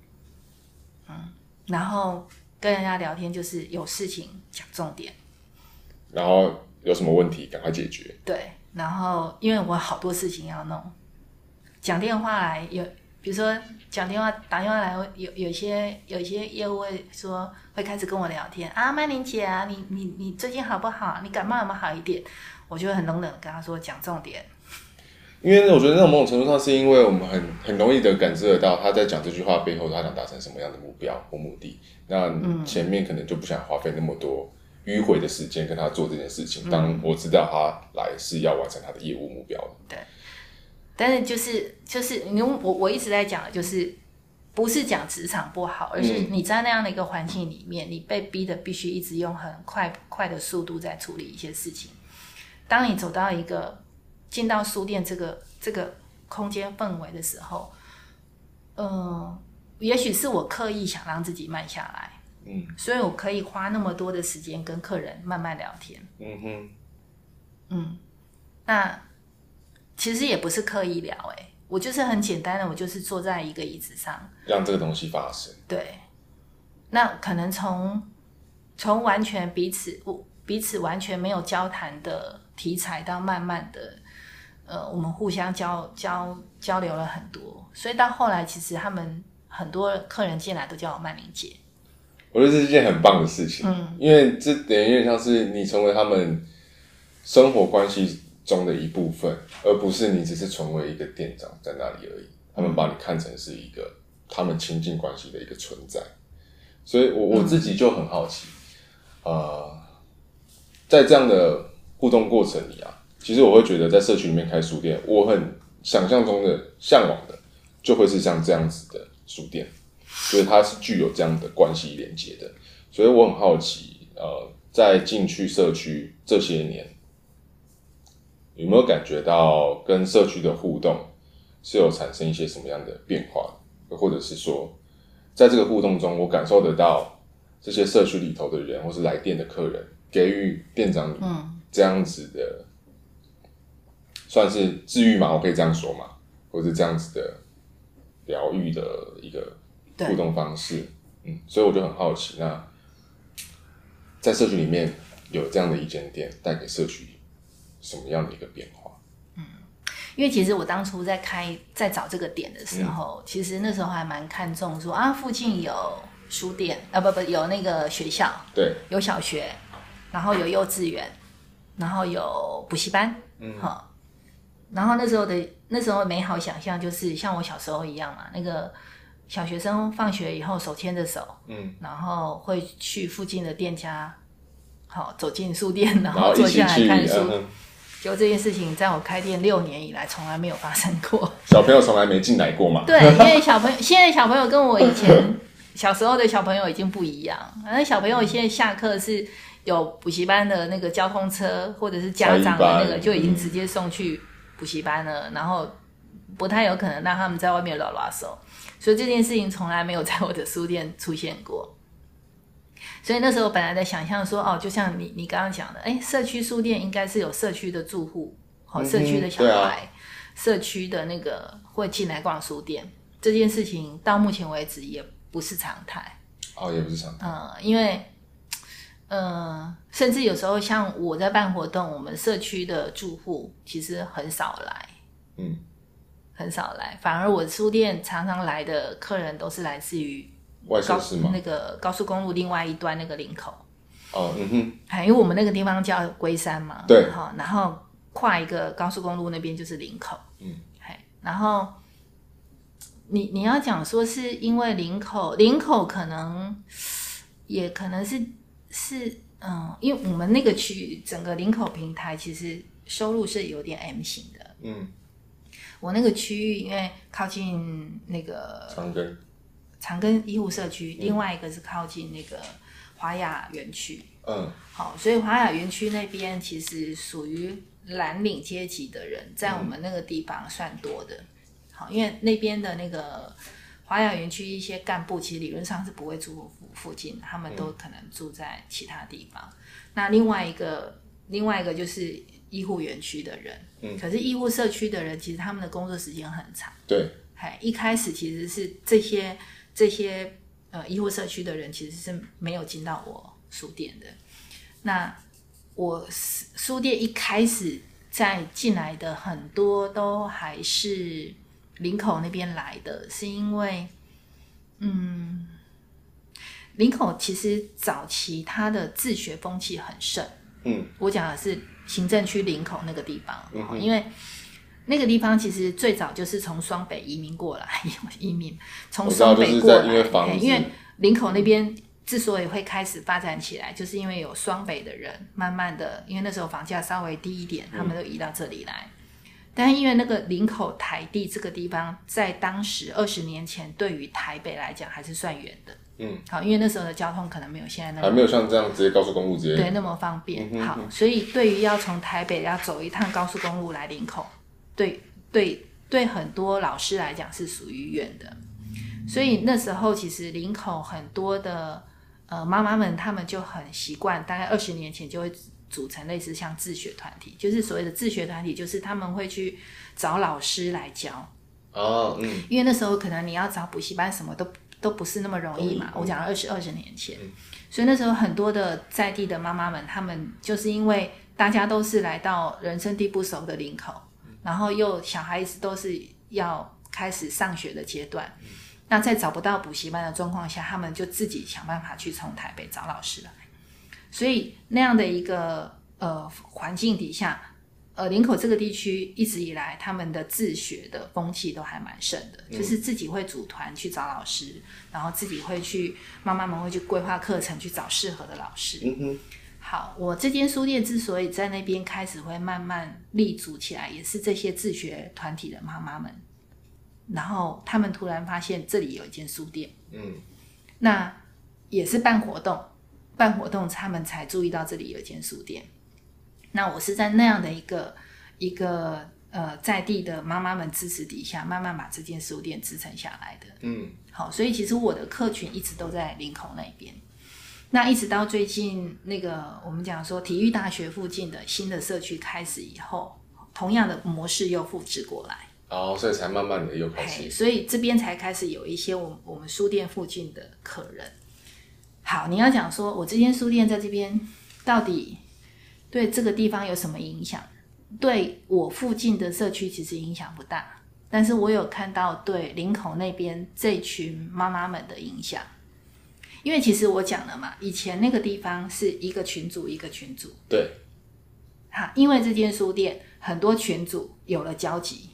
然后跟人家聊天就是有事情讲重点， 然后有什么问题赶快解决。 对，然后因为我好多事情要弄，讲电话来比如说打电话来，有些业务会开始跟我聊天啊，曼宁姐啊，你最近好不好？你感冒有没有好一点？我就会很冷冷跟他说讲重点。 因为我觉得那种某种程度上是因为我们很容易的感知得到他在讲这句话背后他想达成什么样的目标或目的，那前面可能就不想花费那么多迂回的时间跟他做这件事情。当我知道他来是要完成他的业务目标的。 对，但是就是我一直在讲的就是不是讲职场不好，而是你在那样的一个环境里面，你被逼的必须一直用很快的速度在处理一些事情。当你走到一个进到书店这个空间氛围的时候，也许是我刻意想让自己慢下来，所以我可以花那么多的时间跟客人慢慢聊天。那其实也不是刻意聊，我就是很简单的，我就是坐在一个椅子上，让这个东西发生。 对，那可能从完全彼此完全没有交谈的题材，到慢慢的。我们互相交流了很多，所以到后来，其实他们很多客人进来都叫我曼宁姐。 我觉得这是一件很棒的事情，因为这等于有点像是你成为他们生活关系中的一部分，而不是你只是成为一个店长在那里而已。他们把你看成是一个他们亲近关系的一个存在，所以我自己就很好奇，在这样的互动过程里啊。其实我会觉得，在社区里面开书店，我很想象中的、向往的，就会是像这样子的书店，所以它是具有这样的关系连接的。所以我很好奇，在进去社区这些年，有没有感觉到跟社区的互动是有产生一些什么样的变化的，或者是说，在这个互动中，我感受得到这些社区里头的人，或是来店的客人，给予店长这样子的。算是治愈嘛，我可以这样说嘛。 或是这样子的疗愈的一个互动方式。所以我就很好奇，那在社区里面有这样的一间店，带给社区什么样的一个变化？ 因为其实我当初在找这个点的时候，其实那时候还蛮看重说啊，附近有书店有那个学校， 对， 有小学，然后有幼稚园，然后有补习班，然后那时候美好想象就是像我小时候一样嘛，那个小学生放学以后手牵着手，然后会去附近的店家，走进书店，然后坐下来看书。就这件事情，在我开店6年以来，从来没有发生过。 小朋友从来没进来过嘛？ 对，因为现在小朋友跟我以前小时候的小朋友已经不一样。反正小朋友现在下课是有补习班的那个交通车，或者是家长的那个就已经直接送去补习班了，然后不太有可能让他们在外面拉手，所以这件事情从来没有在我的书店出现过。所以那时候本来在想象说，就像你刚刚讲的，社区书店应该是有社区的住户，社区的小孩，社区的那个会进来逛书店，这件事情到目前为止也不是常态。 也不是常态。 因为甚至有时候像我在办活动，我们社区的住户其实很少来，很少来，反而我书店常常来的客人都是来自于外县市吗？ 那个高速公路另外一端那个林口。 因为我们那个地方叫龟山嘛， 对， 然后跨一个高速公路那边就是林口。然后你要讲说是因为林口可能也可能是因为我们那个区域整个林口平台其实收入是有点 M 型的。我那个区域因为靠近那个长庚医护社区，另外一个是靠近那个华雅园区。所以华雅园区那边其实属于蓝领阶级的人，在我们那个地方算多的。因为那边的那个华雅园区一些干部其实理论上是不会住附近的，他们都可能住在其他地方。那另外一个就是医护园区的人，可是医护社区的人其实他们的工作时间很长。 对， 一开始其实是这些医护社区的人其实是没有进到我书店的。那我书店一开始在进来的很多都还是林口那边来的，是因为林口其实早期它的自学风气很盛。我讲的是行政区林口那个地方，因为那个地方其实最早就是从双北移民过来，从双北过来，因为林口那边之所以会开始发展起来，就是因为有双北的人慢慢的，因为那时候房价稍微低一点，他们都移到这里来。但是因为那个林口台地这个地方，在当时20年前对于台北来讲还是算远的。因为那时候的交通可能没有现在那么， 还没有像这样直接高速公路直接对那么方便。所以对于要从台北要走一趟高速公路来林口，对很多老师来讲是属于远的。所以那时候其实林口很多的妈妈们，他们就很习惯，大概20年前就会组成类似像自学团体，就是所谓的自学团体，就是他们会去找老师来教。因为那时候可能你要找补习班什么都不是那么容易嘛。我讲了20年前，所以那时候很多的在地的妈妈们，他们就是因为大家都是来到人生地不熟的林口，然后又小孩子都是要开始上学的阶段，那在找不到补习班的状况下，他们就自己想办法去从台北找老师来。所以那样的一个环境底下，林口这个地区一直以来他们的自学的风气都还蛮盛的，就是自己会组团去找老师，然后自己会去妈妈们会去规划课程，去找适合的老师。好，我这间书店之所以在那边开始会慢慢立足起来，也是这些自学团体的妈妈们，然后他们突然发现这里有一间书店，那也是办活动他们才注意到这里有一间书店。那我是在那样的一个在地的妈妈们支持底下，慢慢把这间书店支撑下来的。好，所以其实我的客群一直都在林口那边。那一直到最近那个我们讲说体育大学附近的新的社区开始以后，同样的模式又复制过来。 所以才慢慢的又开始， 所以这边才开始有一些我们书店附近的客人。好，你要讲说我这间书店在这边到底对这个地方有什么影响？对我附近的社区其实影响不大，但是我有看到对林口那边这群妈妈们的影响。因为其实我讲了嘛，以前那个地方是一个群组一个群组， 对， 因为这间书店很多群组有了交集。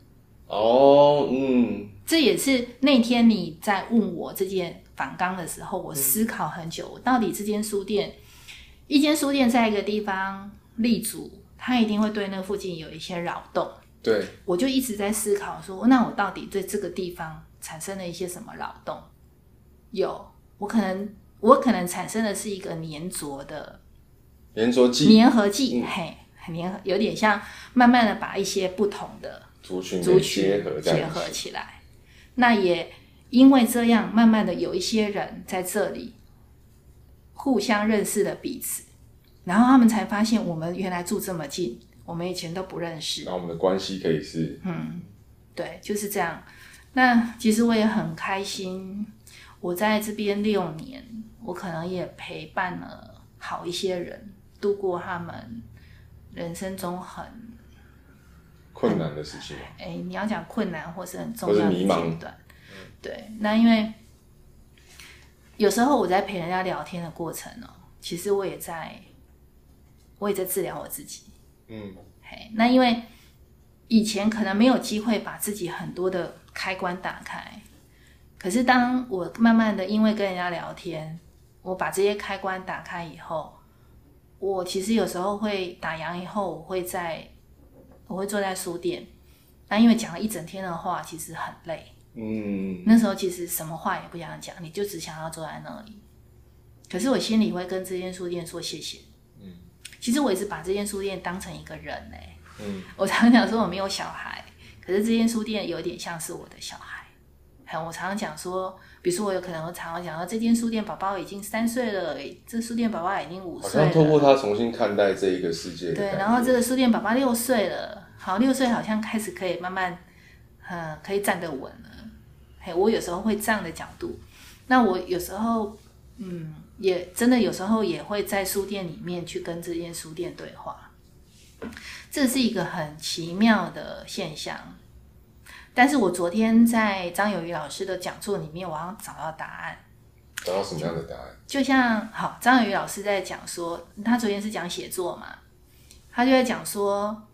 这也是那天你在问我这件访纲的时候，我思考很久，我到底这间书店，一间书店在一个地方立足，它一定会对那附近有一些扰动。 对， 我就一直在思考说，那我到底对这个地方产生了一些什么扰动？我可能产生的是一个粘着剂，粘合剂，有点像慢慢的把一些不同的族群结合起来。那也因为这样，慢慢的有一些人在这里互相认识了彼此，然后他们才发现我们原来住这么近，我们以前都不认识， 然后我们的关系可以是对，就是这样。那其实我也很开心，我在这边6年，我可能也陪伴了好一些人度过他们人生中很困难的事情。 你要讲困难或是很重要的阶段，对。那因为有时候我在陪人家聊天的过程其实我也在治疗我自己。那因为以前可能没有机会把自己很多的开关打开，可是当我慢慢的因为跟人家聊天，我把这些开关打开以后，我其实有时候会打烊以后，我会坐在书店，那因为讲了一整天的话，其实很累。那时候其实什么话也不想讲，你就只想要坐在那里。可是我心里会跟这间书店说谢谢。其实我也是把这间书店当成一个人我常讲说我没有小孩，可是这间书店有点像是我的小孩。我常常讲说，比如说我有可能常常讲说，这间书店宝宝已经3岁了，这书店宝宝已经5岁了， 好像透过他重新看待这一个世界的。 对，然后这个书店宝宝6岁了，好，6岁好像开始可以慢慢，可以站得稳了。我有时候会这样的角度，那我有时候，也真的有时候也会在书店里面去跟这间书店对话，这是一个很奇妙的现象。但是我昨天在张友瑜老师的讲座里面，我好像找到答案。 找到什么样的答案？ 就像张友瑜老师在讲说，他昨天是讲写作嘛，他就在讲说，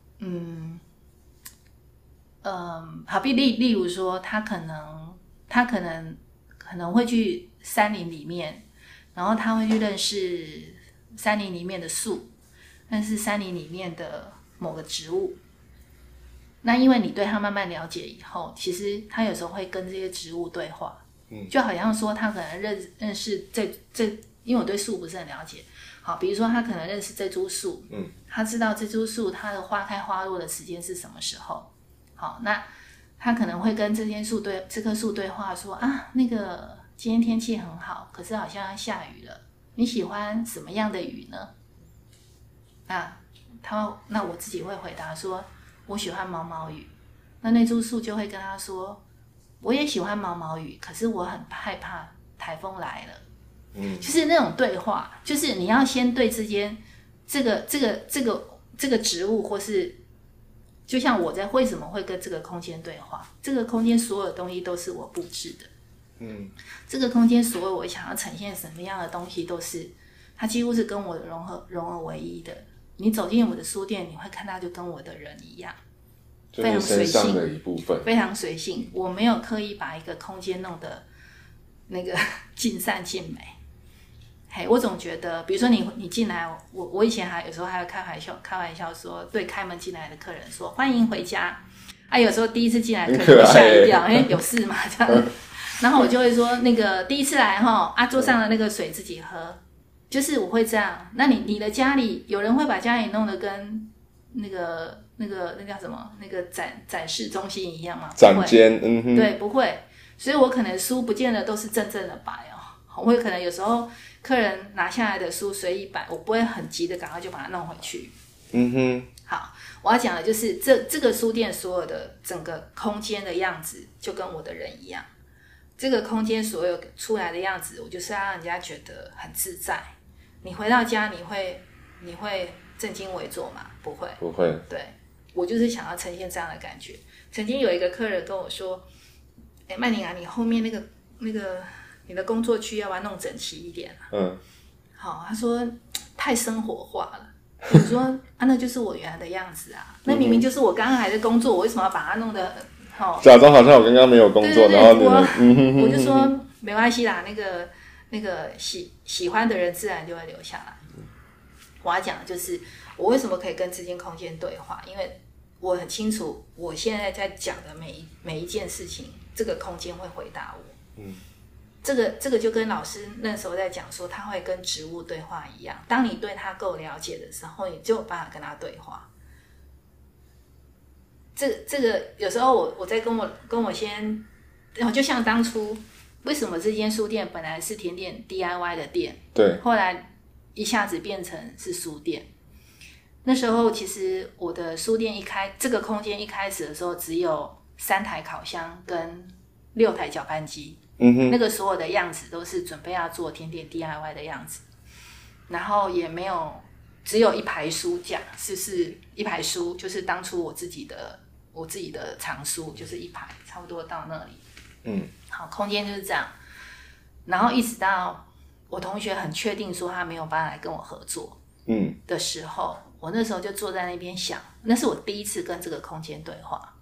好比例如说，他可能会去山林里面，然后他会去认识山林里面的树，认识山林里面的某个植物。那因为你对他慢慢了解以后，其实他有时候会跟这些植物对话，就好像说他可能认识因为我对树不是很了解，好，比如说他可能认识这株树，他知道这株树它的花开花落的时间是什么时候，好，那他可能会跟这棵树对话说那个今天天气很好，可是好像要下雨了，你喜欢什么样的雨呢？那我自己会回答说，我喜欢毛毛雨。那株树就会跟他说，我也喜欢毛毛雨，可是我很害怕台风来了。就是那种对话，就是你要先对之间这个植物，或是就像我在为什么会跟这个空间对话，这个空间所有东西都是我布置的。这个空间所有我想要呈现什么样的东西，都是它几乎是跟我融合为一的。你走进我的书店，你会看到就跟我的人一样，非常随性的一部分， 非常随性。我没有刻意把一个空间弄得那个尽善尽美。我总觉得，比如说你进来，我以前有时候还有开玩笑说，对开门进来的客人说欢迎回家。有时候第一次进来的客人吓一跳，有事吗？这样。然后我就会说，那个第一次来桌上的那个水自己喝。就是我会这样，那你的家里有人会把家里弄得跟那叫什么那个展示中心一样吗？ 展间， 对，不会。所以我可能书不见得都是正的摆我会可能有时候客人拿下来的书随意摆，我不会很急的赶快就把它弄回去。 好，我要讲的就是这个书店所有的整个空间的样子，就跟我的人一样。这个空间所有出来的样子，我就是要让人家觉得很自在。你回到家，你会正襟危坐吗？不会， 不会。 对，我就是想要呈现这样的感觉。曾经有一个客人跟我说：“曼宁啊，你后面那个你的工作区要不要弄整齐一点啊？”好，他说太生活化了。我说啊，那就是我原来的样子啊，那明明就是我刚刚还在工作，我为什么要把它弄得假装好像我刚刚没有工作？ 对， 然后我就说没关系啦，那个喜欢的人自然就会留下来。我要讲的就是我为什么可以跟这间空间对话，因为我很清楚我现在在讲的每一件事情，这个空间会回答我。这个就跟老师那时候在讲说，他会跟植物对话一样。当你对他够了解的时候，你就有办法跟他对话。这个有时候我在跟我先，就像当初为什么这间书店本来是甜点 DIY 的店， 对， 后来一下子变成是书店。那时候其实我的书店这个空间一开始的时候，只有3台烤箱跟6台搅拌机。那个所有的样子都是准备要做甜点 DIY 的样子，然后也没有，只有一排书架，是一排书，就是当初我自己的藏书，就是一排，差不多到那里。好，空间就是这样。然后一直到我同学很确定说他没有办法来跟我合作，的时候，我那时候就坐在那边想，那是我第一次跟这个空间对话，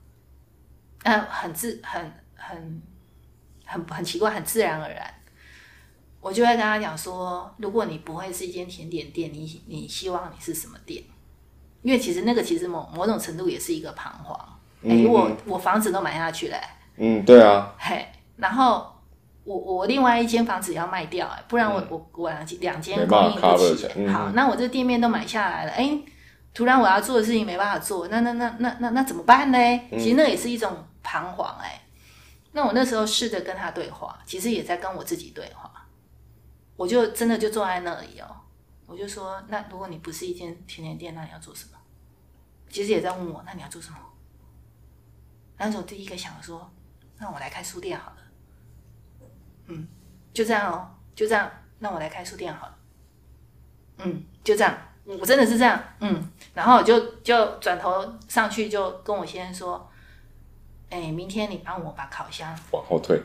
很奇怪，很自然而然，我就会跟他讲说，如果你不会是一间甜点店，你希望你是什么店？因为其实某种程度也是一个彷徨。我房子都买下去了。 对啊。 然后我另外一间房子要卖掉，不然我两间供应不起。好，那我这店面都买下来了，突然我要做的事情没办法做，那怎么办呢？其实那也是一种彷徨。那我那时候试着跟他对话，其实也在跟我自己对话。我就真的就坐在那里我就说，那如果你不是一间甜点店，那你要做什么？其实也在问我，那你要做什么？那时候第一个想说，那我来开书店好了。就这样就这样，那我来开书店好了。就这样，我真的是这样。然后我就转头上去就跟我先生说，明天你帮我把烤箱往后退。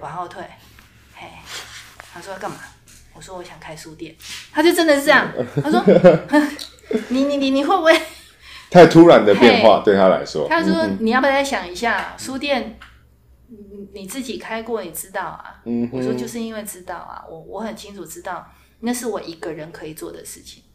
他说要干嘛？我说我想开书店。他就真的是这样。他说你会不会太突然的变化对他来说？ 他说你要不要再想一下，书店你自己开过，你知道啊。我说就是因为知道啊，我很清楚知道那是我一个人可以做的事情。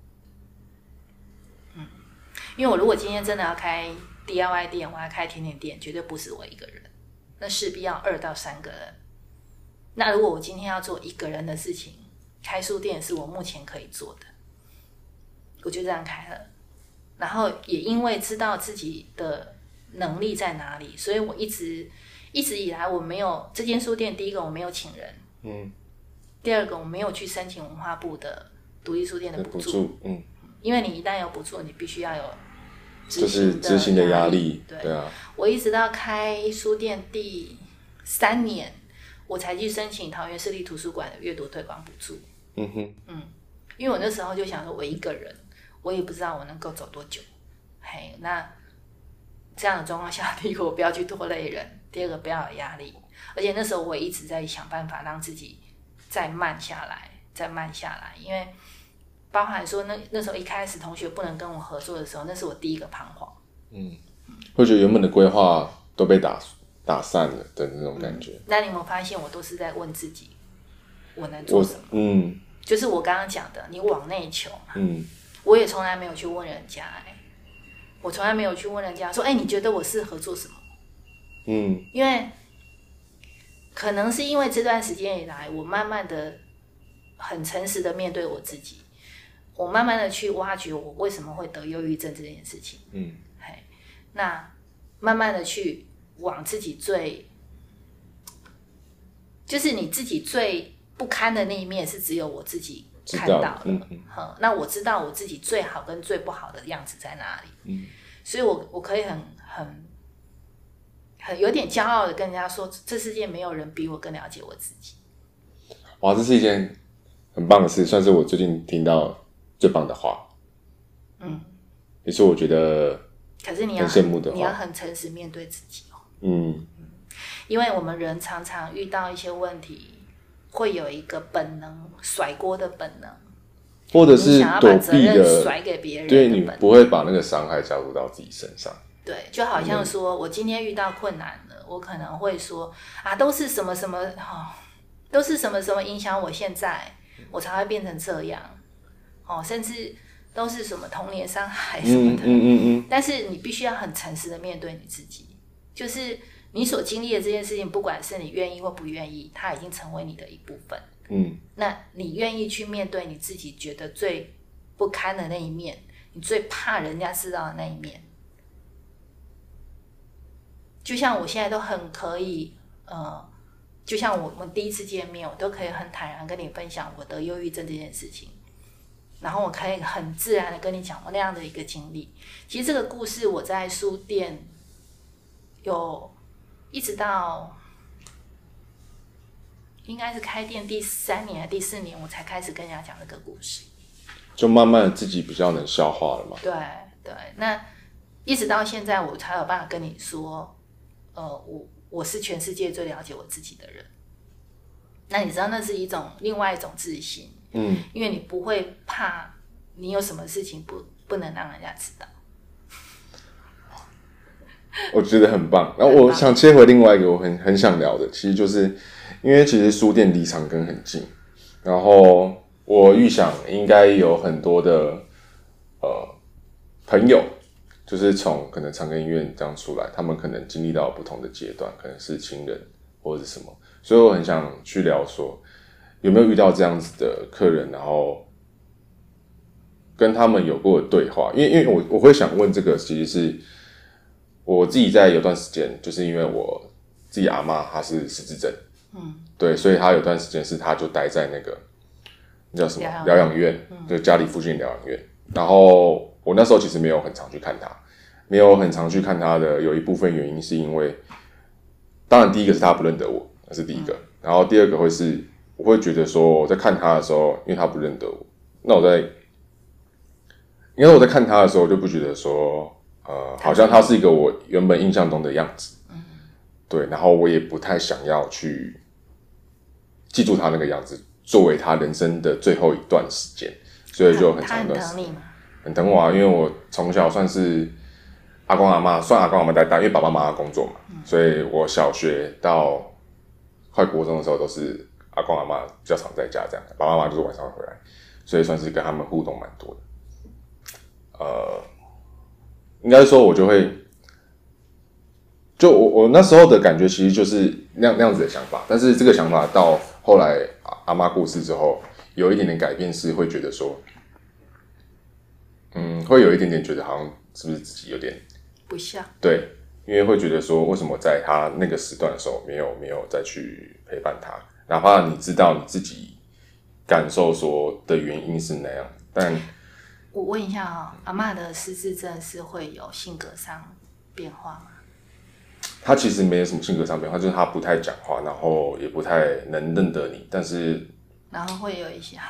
因为我如果今天真的要开DIY 店，我要开甜点店，绝对不是我一个人，那势必要2到3个人。那如果我今天要做一个人的事情，开书店是我目前可以做的，我就这样开了。然后也因为知道自己的能力在哪里，所以我一直以来我没有这间书店，第一个我没有请人，第二个我没有去申请文化部的独立书店的补助，因为你一旦有补助，你必须要有执行的压力。对啊， 我一直到开书店第3年，我才去申请桃园市立图书馆的阅读推广补助。因为我那时候就想说，我一个人，我也不知道我能够走多久。那这样的状况下，第一个我不要去拖累人，第二个不要有压力。而且那时候我也一直在想办法让自己再慢下来，因为包含说那时候一开始同学不能跟我合作的时候，那是我第一个彷徨。 会觉得原本的规划都被打散了的那种感觉。 那你有没有发现，我都是在问自己，我能做什么？就是我刚刚讲的，你往内求嘛。我也从来没有去问人家，我从来没有去问人家说，你觉得我适合做什么？因为可能是因为这段时间以来，我慢慢的很诚实的面对我自己，我慢慢的去挖掘我为什么会得忧郁症这件事情。那慢慢的去往自己就是你自己最不堪的那一面，是只有我自己看到了。那我知道我自己最好跟最不好的样子在哪里。所以我可以很有点骄傲的跟人家说，这世界没有人比我更了解我自己。 哇，这是一件很棒的事，算是我最近听到最棒的话。也是我觉得可是你很羡慕的话， 你要很诚实面对自己哦。因为我们人常常遇到一些问题，会有一个本能甩锅的本能， 或者是躲避的甩给别人的对，你不会把那个伤害加入到自己身上。 对，就好像说我今天遇到困难了，我可能会说啊，都是什么什么都是什么什么影响我现在，我才会变成这样甚至都是什么童年伤害什么的。但是你必须要很诚实的面对你自己，就是你所经历的这件事情，不管是你愿意或不愿意，它已经成为你的一部分。那你愿意去面对你自己觉得最不堪的那一面，你最怕人家知道的那一面。就像我现在都很可以，就像我们第一次见面，我都可以很坦然跟你分享我得忧郁症这件事情，然后我可以很自然的跟你讲我那样的一个经历。其实这个故事我在书店一直到应该是开店第3年还是第4年，我才开始跟人家讲这个故事， 就慢慢的自己比较能消化了嘛。 对，那一直到现在我才有办法跟你说，我是全世界最了解我自己的人。那你知道那是另外一种自信，因为你不会怕你有什么事情不能让人家知道。 我觉得很棒。然后我想切回另外一个我很想聊的，其实就是因为其实书店离长庚很近，然后我预想应该有很多的朋友，就是从可能长庚医院这样出来，他们可能经历到不同的阶段，可能是亲人或者是什么，所以我很想去聊说有没有遇到这样子的客人，然后跟他们有过的对话。因为我会想问这个，其实是我自己在有段时间，就是因为我自己阿嬷她是失智症，对，所以她有段时间是她就待在那个叫什么疗养院，就家里附近疗养院。然后我那时候其实没有很常去看她，的有一部分原因是因为，当然第一个是她不认得我，那是第一个。然后第二个会是我会觉得说我在看她的时候，因为她不认得我，那我在看她的时候，我就不觉得说好像她是一个我原本印象中的样子，对，然后我也不太想要去记住她那个样子，作为她人生的最后一段时间，所以就很长一段时间。 他很疼你吗？ 很疼我啊，因为我从小算是阿公阿嬷，算阿公阿嬷带大，因为爸爸妈妈工作嘛，所以我小学到快国中的时候都是阿公阿嬷比较常在家这样，爸爸妈妈就是晚上会回来，所以算是跟他们互动蛮多的。应该说我就会，我那时候的感觉其实就是那样子的想法，但是这个想法到后来阿嬷过世之后，有一点点改变，是会觉得说，会有一点点觉得好像是不是自己有点不像， 对，因为会觉得说为什么在他那个时段的时候没有再去陪伴他，哪怕你知道你自己感受说的原因是那样，但我问一下阿嬷的失智症是会有性格上变化吗？ 他其实没有什么性格上变化，就是他不太讲话，然后也不太能认得你，但是然后会有一些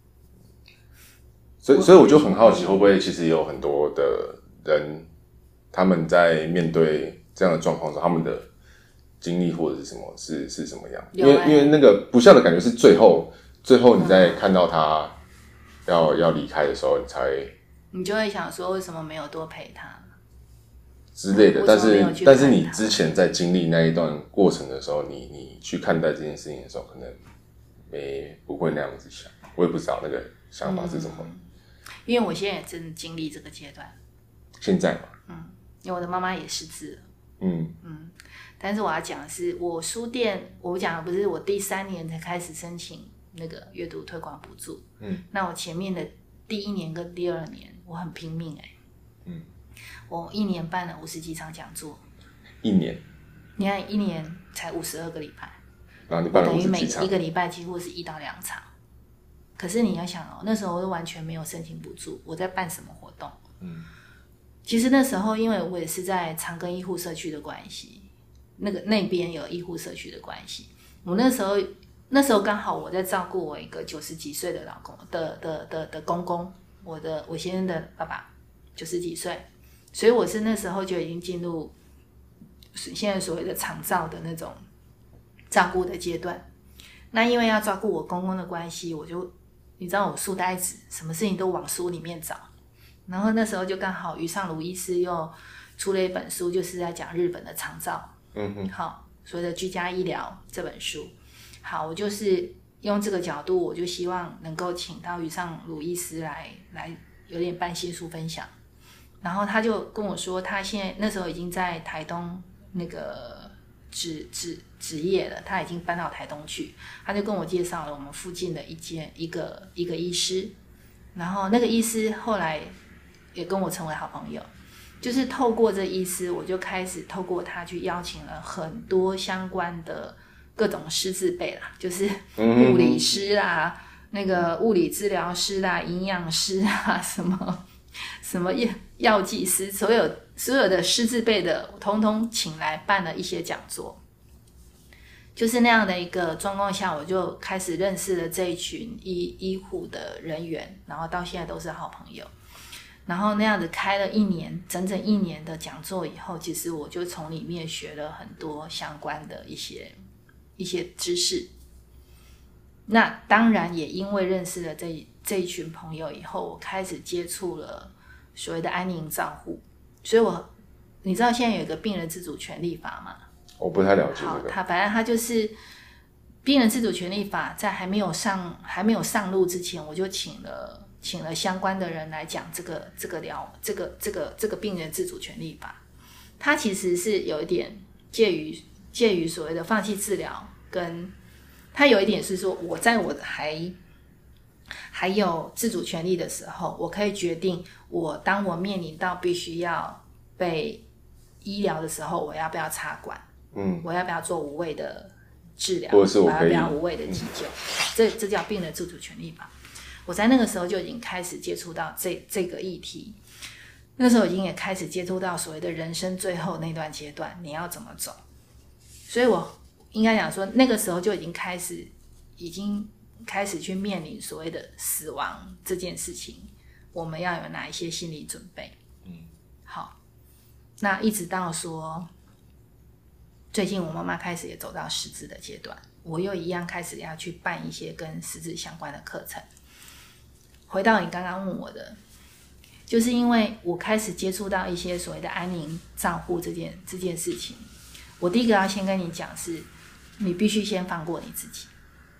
所以我就很好奇，会不会其实有很多的人，他们在面对这样的状况时，他们的经历或者是什么是什么样？因为那个不孝的感觉是最后你在看到他要离开的时候， 你就会想说为什么没有多陪他之类的。但是你之前在经历那一段过程的时候，你去看待这件事情的时候，可能不会那样子想。我也不知道那个想法是什么。 因为我现在也正经历这个阶段。 现在嘛， 因为我的妈妈也失智了。但是我要讲的是，我书店，我讲的不是我第3年才开始申请那个阅读推广补助。那我前面的第1年跟第2年，我很拼命我1年办了50几场讲座。 1年？ 你看1年才52个礼拜， 然后你办了等于 50几场， 每一个礼拜几乎是1到2场。 可是你要想哦，那时候我完全没有申请补助，我在办什么活动？其实那时候因为我也是在长庚医护社区的关系，那边有医护社区的关系，我那时候刚好我在照顾我一个90几岁的老公的公公，我先生的爸爸90几岁，所以我是那时候就已经进入现在所谓的长照的那种照顾的阶段。那因为要照顾我公公的关系，你知道我书呆子，什么事情都往书里面找。然后那时候就刚好于尚鲁医师又出了一本书，就是在讲日本的长照，好，所谓的居家医疗这本书。好，我就是用这个角度，我就希望能够请到于尚鲁医师来有点办新书分享。然后他就跟我说，他现在那时候已经在台东那个职业了，他已经搬到台东去。他就跟我介绍了我们附近的一个医师，然后那个医师后来也跟我成为好朋友。就是透过这医师，我就开始透过他去邀请了很多相关的各种师字辈啦，就是物理师啦、那个物理治疗师啦、营养师啊，什么药剂师，所有的师字辈的，我通通请来办了一些讲座。就是那样的一个状况下，我就开始认识了这一群医护的人员，然后到现在都是好朋友。然后那样子开了整整一年的讲座以后，其实我就从里面学了很多相关的一些知识。那当然也因为认识了这一群朋友以后，我开始接触了所谓的安宁照护。所以你知道现在有一个病人自主权利法吗？ 我不太了解这个。好，反正它就是病人自主权利法，在还没有上路之前，我就请了相关的人来讲这个病人自主权利法。它其实是有一点介于所谓的放弃治疗，跟它有一点是说，我在我还有自主权利的时候，我可以决定当我面临到必须要被医疗的时候，我要不要插管，我要不要做无谓的治疗， 或者是我要不要无谓的急救，这叫病人自主权利法。我在那个时候就已经开始接触到这个议题，那时候已经也开始接触到所谓的人生最后那段阶段你要怎么走。所以我应该讲说，那个时候就已经开始去面临所谓的死亡这件事情，我们要有哪一些心理准备。好，那一直到说最近我妈妈开始也走到失智的阶段，我又一样开始要去办一些跟失智相关的课程。回到你刚刚问我的，就是因为我开始接触到一些所谓的安宁照护这件事情，我第一个要先跟你讲是，你必须先放过你自己。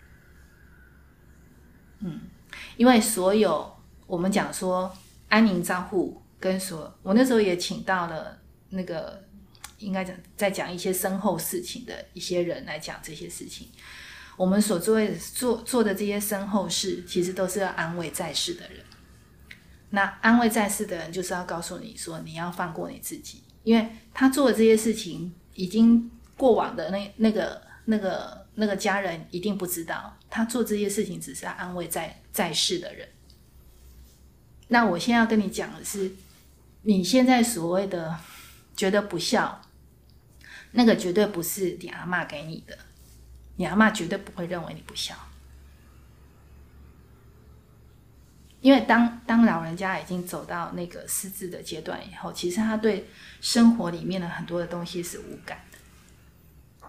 因为所有我们讲说安宁照护跟我那时候也请到了那个应该在讲一些身后事情的一些人来讲这些事情。我们所做的这些身后事，其实都是要安慰在世的人。那安慰在世的人，就是要告诉你说，你要放过你自己，因为他做的这些事情，已经过往的那个家人一定不知道，他做这些事情只是要安慰在世的人。那我现在要跟你讲的是，你现在所谓的觉得不孝，那个绝对不是你阿嬷给你的。你阿嬷绝对不会认为你不孝，因为当老人家已经走到那个失智的阶段以后，其实他对生活里面的很多的东西是无感的。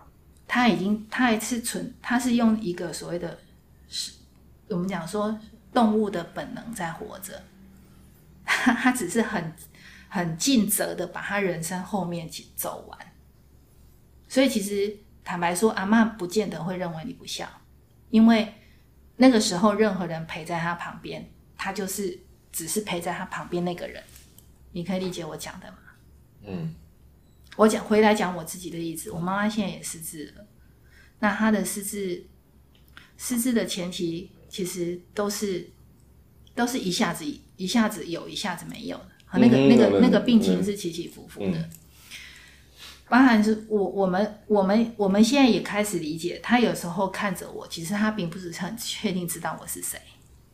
他是用一个所谓的我们讲说动物的本能在活着，他只是很尽责的把他人生后面走完。所以其实坦白说，阿嬷不见得会认为你不孝，因为那个时候任何人陪在他旁边，他就是只是陪在他旁边那个人。你可以理解我讲的吗？我回来讲我自己的例子，我妈妈现在也失智了。那她的失智的前期，其实都是一下子有，一下子没有的。那个病情是起起伏伏的。包含是我们现在也开始理解，他有时候看着我，其实他并不是很确定知道我是谁。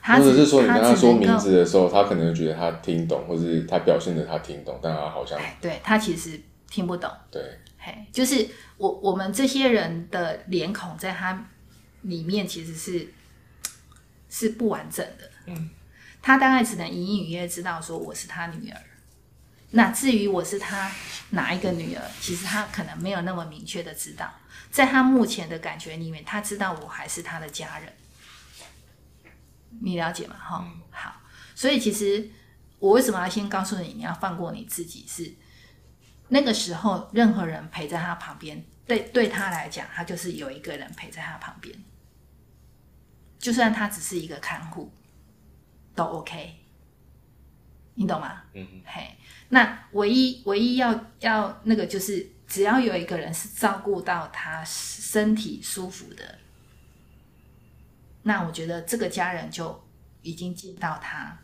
或者是说你跟他说名字的时候，他可能觉得他听懂，或是他表现的他听懂，但他好像对他其实听不懂。 对， 就是我们这些人的脸孔在他里面其实是不完整的。他大概只能隐隐约约知道说我是他女儿。那至于我是他哪一个女儿，其实他可能没有那么明确的知道。在他目前的感觉里面，他知道我还是他的家人。你了解吗？好，所以其实我为什么要先告诉你，你要放过你自己，是那个时候任何人陪在他旁边，对他来讲，他就是有一个人陪在他旁边，就算他只是一个看护，都 OK， 你懂吗？那唯一要那个就是，只要有一个人是照顾到他身体舒服的，那我觉得这个家人就已经尽到他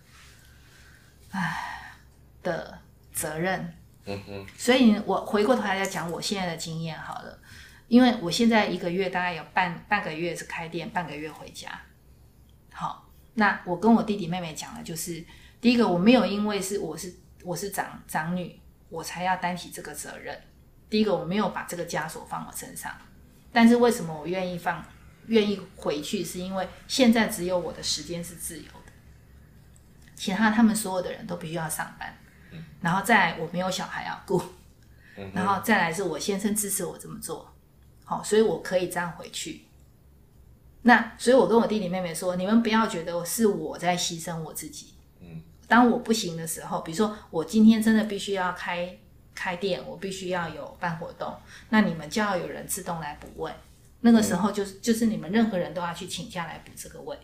的责任。所以我回过头来再讲我现在的经验好了，因为我现在一个月大概有半个月是开店，半个月回家。好，那我跟我弟弟妹妹讲的就是，第一个我没有因为我是长女，我才要担起这个责任。第一个我没有把这个枷锁放我身上，但是为什么我愿意回去，是因为现在只有我的时间是自由的，其他们所有的人都必须要上班，然后再来我没有小孩要顾，然后再来是我先生支持我这么做，好，所以我可以这样回去。那所以我跟我弟弟妹妹说，你们不要觉得是我在牺牲我自己。当我不行的时候，比如说我今天真的必须要开店，我必须要有办活动，那你们就要有人自动来补位。那个时候就是你们任何人都要去请假来补这个位。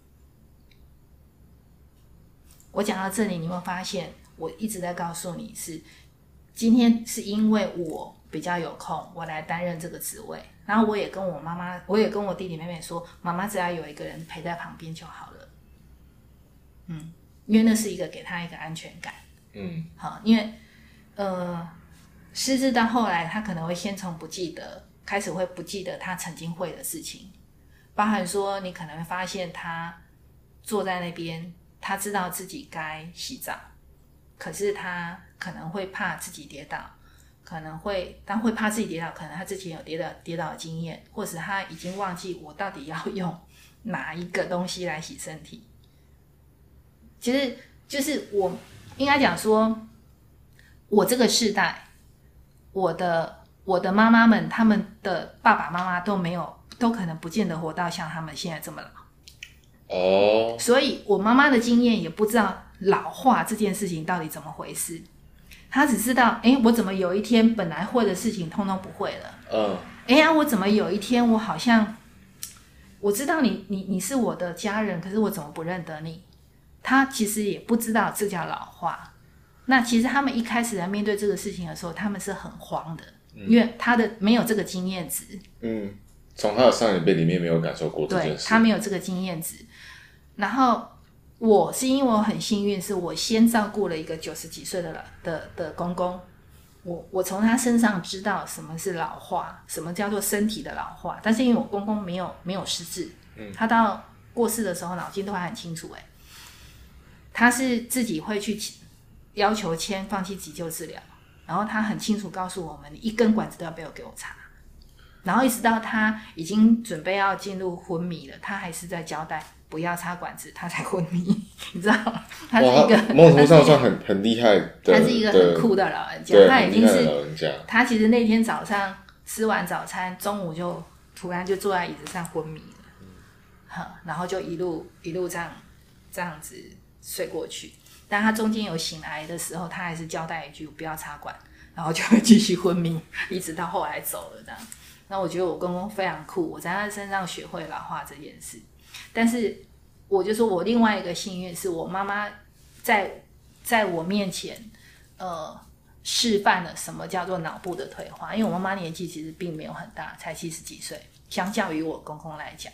我讲到这里，你有没有发现我一直在告诉你是今天是因为我比较有空，我来担任这个职位，然后我也跟我妈妈，我也跟我弟弟妹妹说，妈妈只要有一个人陪在旁边就好了。因为那是一个给他一个安全感。好，因为失智到后来，他可能会先从不记得开始，会不记得他曾经会的事情，包含说你可能会发现他坐在那边，他知道自己该洗澡，可是他可能会怕自己跌倒，当会怕自己跌倒，可能他之前有跌倒的经验，或是他已经忘记我到底要用哪一个东西来洗身体。其实就是我应该讲说，我这个世代，我的妈妈们，他们的爸爸妈妈都可能不见得活到像他们现在这么老。所以我妈妈的经验也不知道老化这件事情到底怎么回事，她只知道，我怎么有一天本来会的事情通通不会了。我怎么有一天我好像我知道你是我的家人，可是我怎么不认得你？他其实也不知道这叫老化。那其实他们一开始在面对这个事情的时候，他们是很慌的，因为他的没有这个经验值。 从他的上一辈里面没有感受过这件事， 对，他没有这个经验值。然后我是因为我很幸运，是我先照顾了一个90几岁的公公，我从他身上知道什么是老化，什么叫做身体的老化。但是因为我公公没有失智，他到过世的时候脑筋都还很清楚。他是自己会去要求签放弃急救治疗，然后他很清楚告诉我们，你一根管子都不要给我插。然后一直到他已经准备要进入昏迷了，他还是在交代不要插管子，他才昏迷。你知道，他是一个某种程度上算很厉害的， 他是一个很酷的老人家。他已经是他其实那天早上吃完早餐，中午就突然就坐在椅子上昏迷了，然后就一路这样子睡过去。但他中间有醒来的时候，他还是交代一句不要插管，然后就会继续昏迷，一直到后来走了这样。那我觉得我公公非常酷，我在他身上学会老化这件事。但是我就说我另外一个幸运是我妈妈在我面前示范了什么叫做脑部的退化。因为我妈妈年纪其实并没有很大，才70几岁，相较于我公公来讲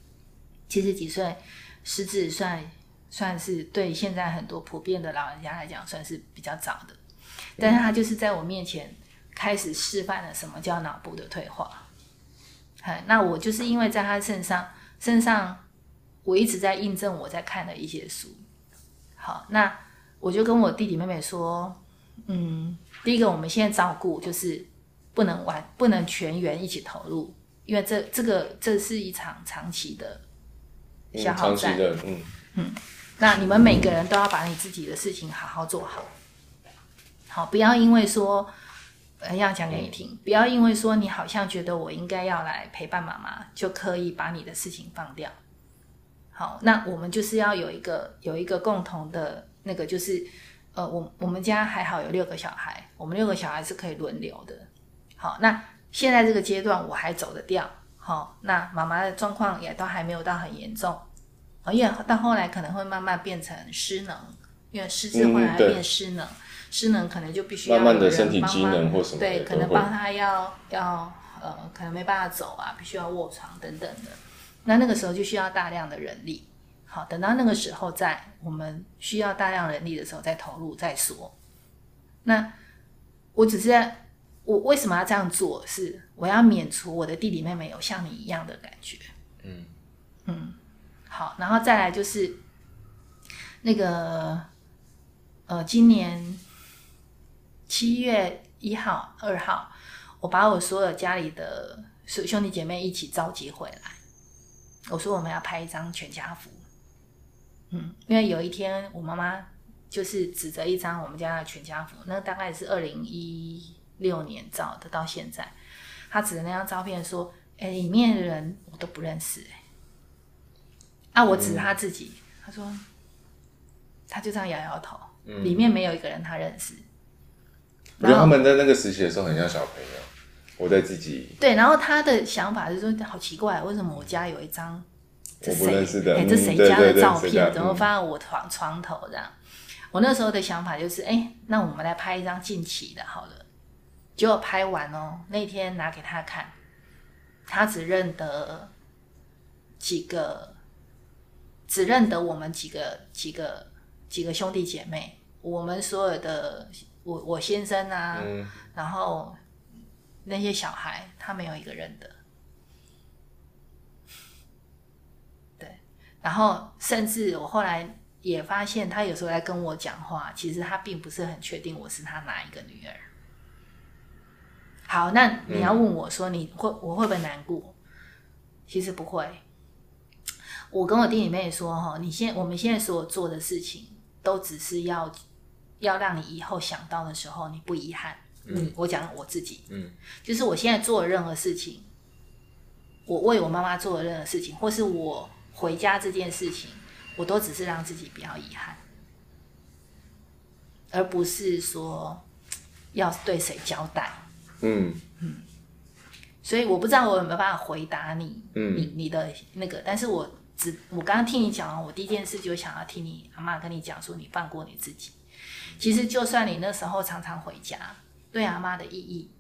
，70几岁失智算是对现在很多普遍的老人家来讲算是比较早的。但是他就是在我面前开始示范了什么叫脑部的退化。那我就是因为在他身上我一直在印证我在看的一些书。好，那我就跟我弟弟妹妹说，第一个我们现在照顾就是不能全员一起投入，因为这是一场长期的消耗战。长期的，那你们每个人都要把你自己的事情好好做好。好，不要因为说要讲给你听，不要因为说你好像觉得我应该要来陪伴妈妈，就刻意把你的事情放掉。好，那我们就是要有一个共同的那个，就是我们家还好有6个小孩，我们6个小孩是可以轮流的。好，那现在这个阶段我还走得掉。好，那妈妈的状况也都还没有到很严重，因为到后来可能会慢慢变成失能，因为失智后来变失能。失能可能就必须要慢慢的身体机能或什么的， 对，可能帮他要可能没办法走啊，必须要卧床等等的。那个时候就需要大量的人力。好，等到那个时候我们需要大量人力的时候再投入再说。那我为什么要这样做？是我要免除我的弟弟妹妹有像你一样的感觉。好，然后再来就是那个今年7月1号、2号，我把我所有家里的兄弟姐妹一起召集回来。我说我们要拍一张全家福。因为有一天我妈妈就是指着一张我们家的全家福，那大概是2016年照的，到现在，她指着那张照片说：“里面的人我都不认识。”我指着她自己，她说，她就这样摇摇头，里面没有一个人她认识。 我觉得他们在那个时期的时候很像小朋友，我在自己对，然后她的想法是说，好奇怪，为什么我家有一张我不认识的， 这谁家的照片，怎么放在我床头这样？我那时候的想法就是，那我们来拍一张近期的好了。结果拍完那天拿给他看，他只认得我们几个兄弟姐妹，我们所有的我先生啊，然后那些小孩，他没有一个认得。然后甚至我后来也发现，他有时候在跟我讲话，其实他并不是很确定我是他哪一个女儿。好，那你要问我说我会不会难过？其实不会。我跟我弟弟妹说我们现在所有做的事情，都只是要让你以后想到的时候你不遗憾。我讲我自己，就是我现在做的任何事情，我为我妈妈做的任何事情，或是我回家这件事情，我都只是让自己不要遗憾，而不是说要对谁交代。所以我不知道我有没有办法回答你的那个，但是我刚刚听你讲完，我第一件事就想要听你阿嬷跟你讲说，你放过你自己。其实就算你那时候常常回家，对阿嬷的意义，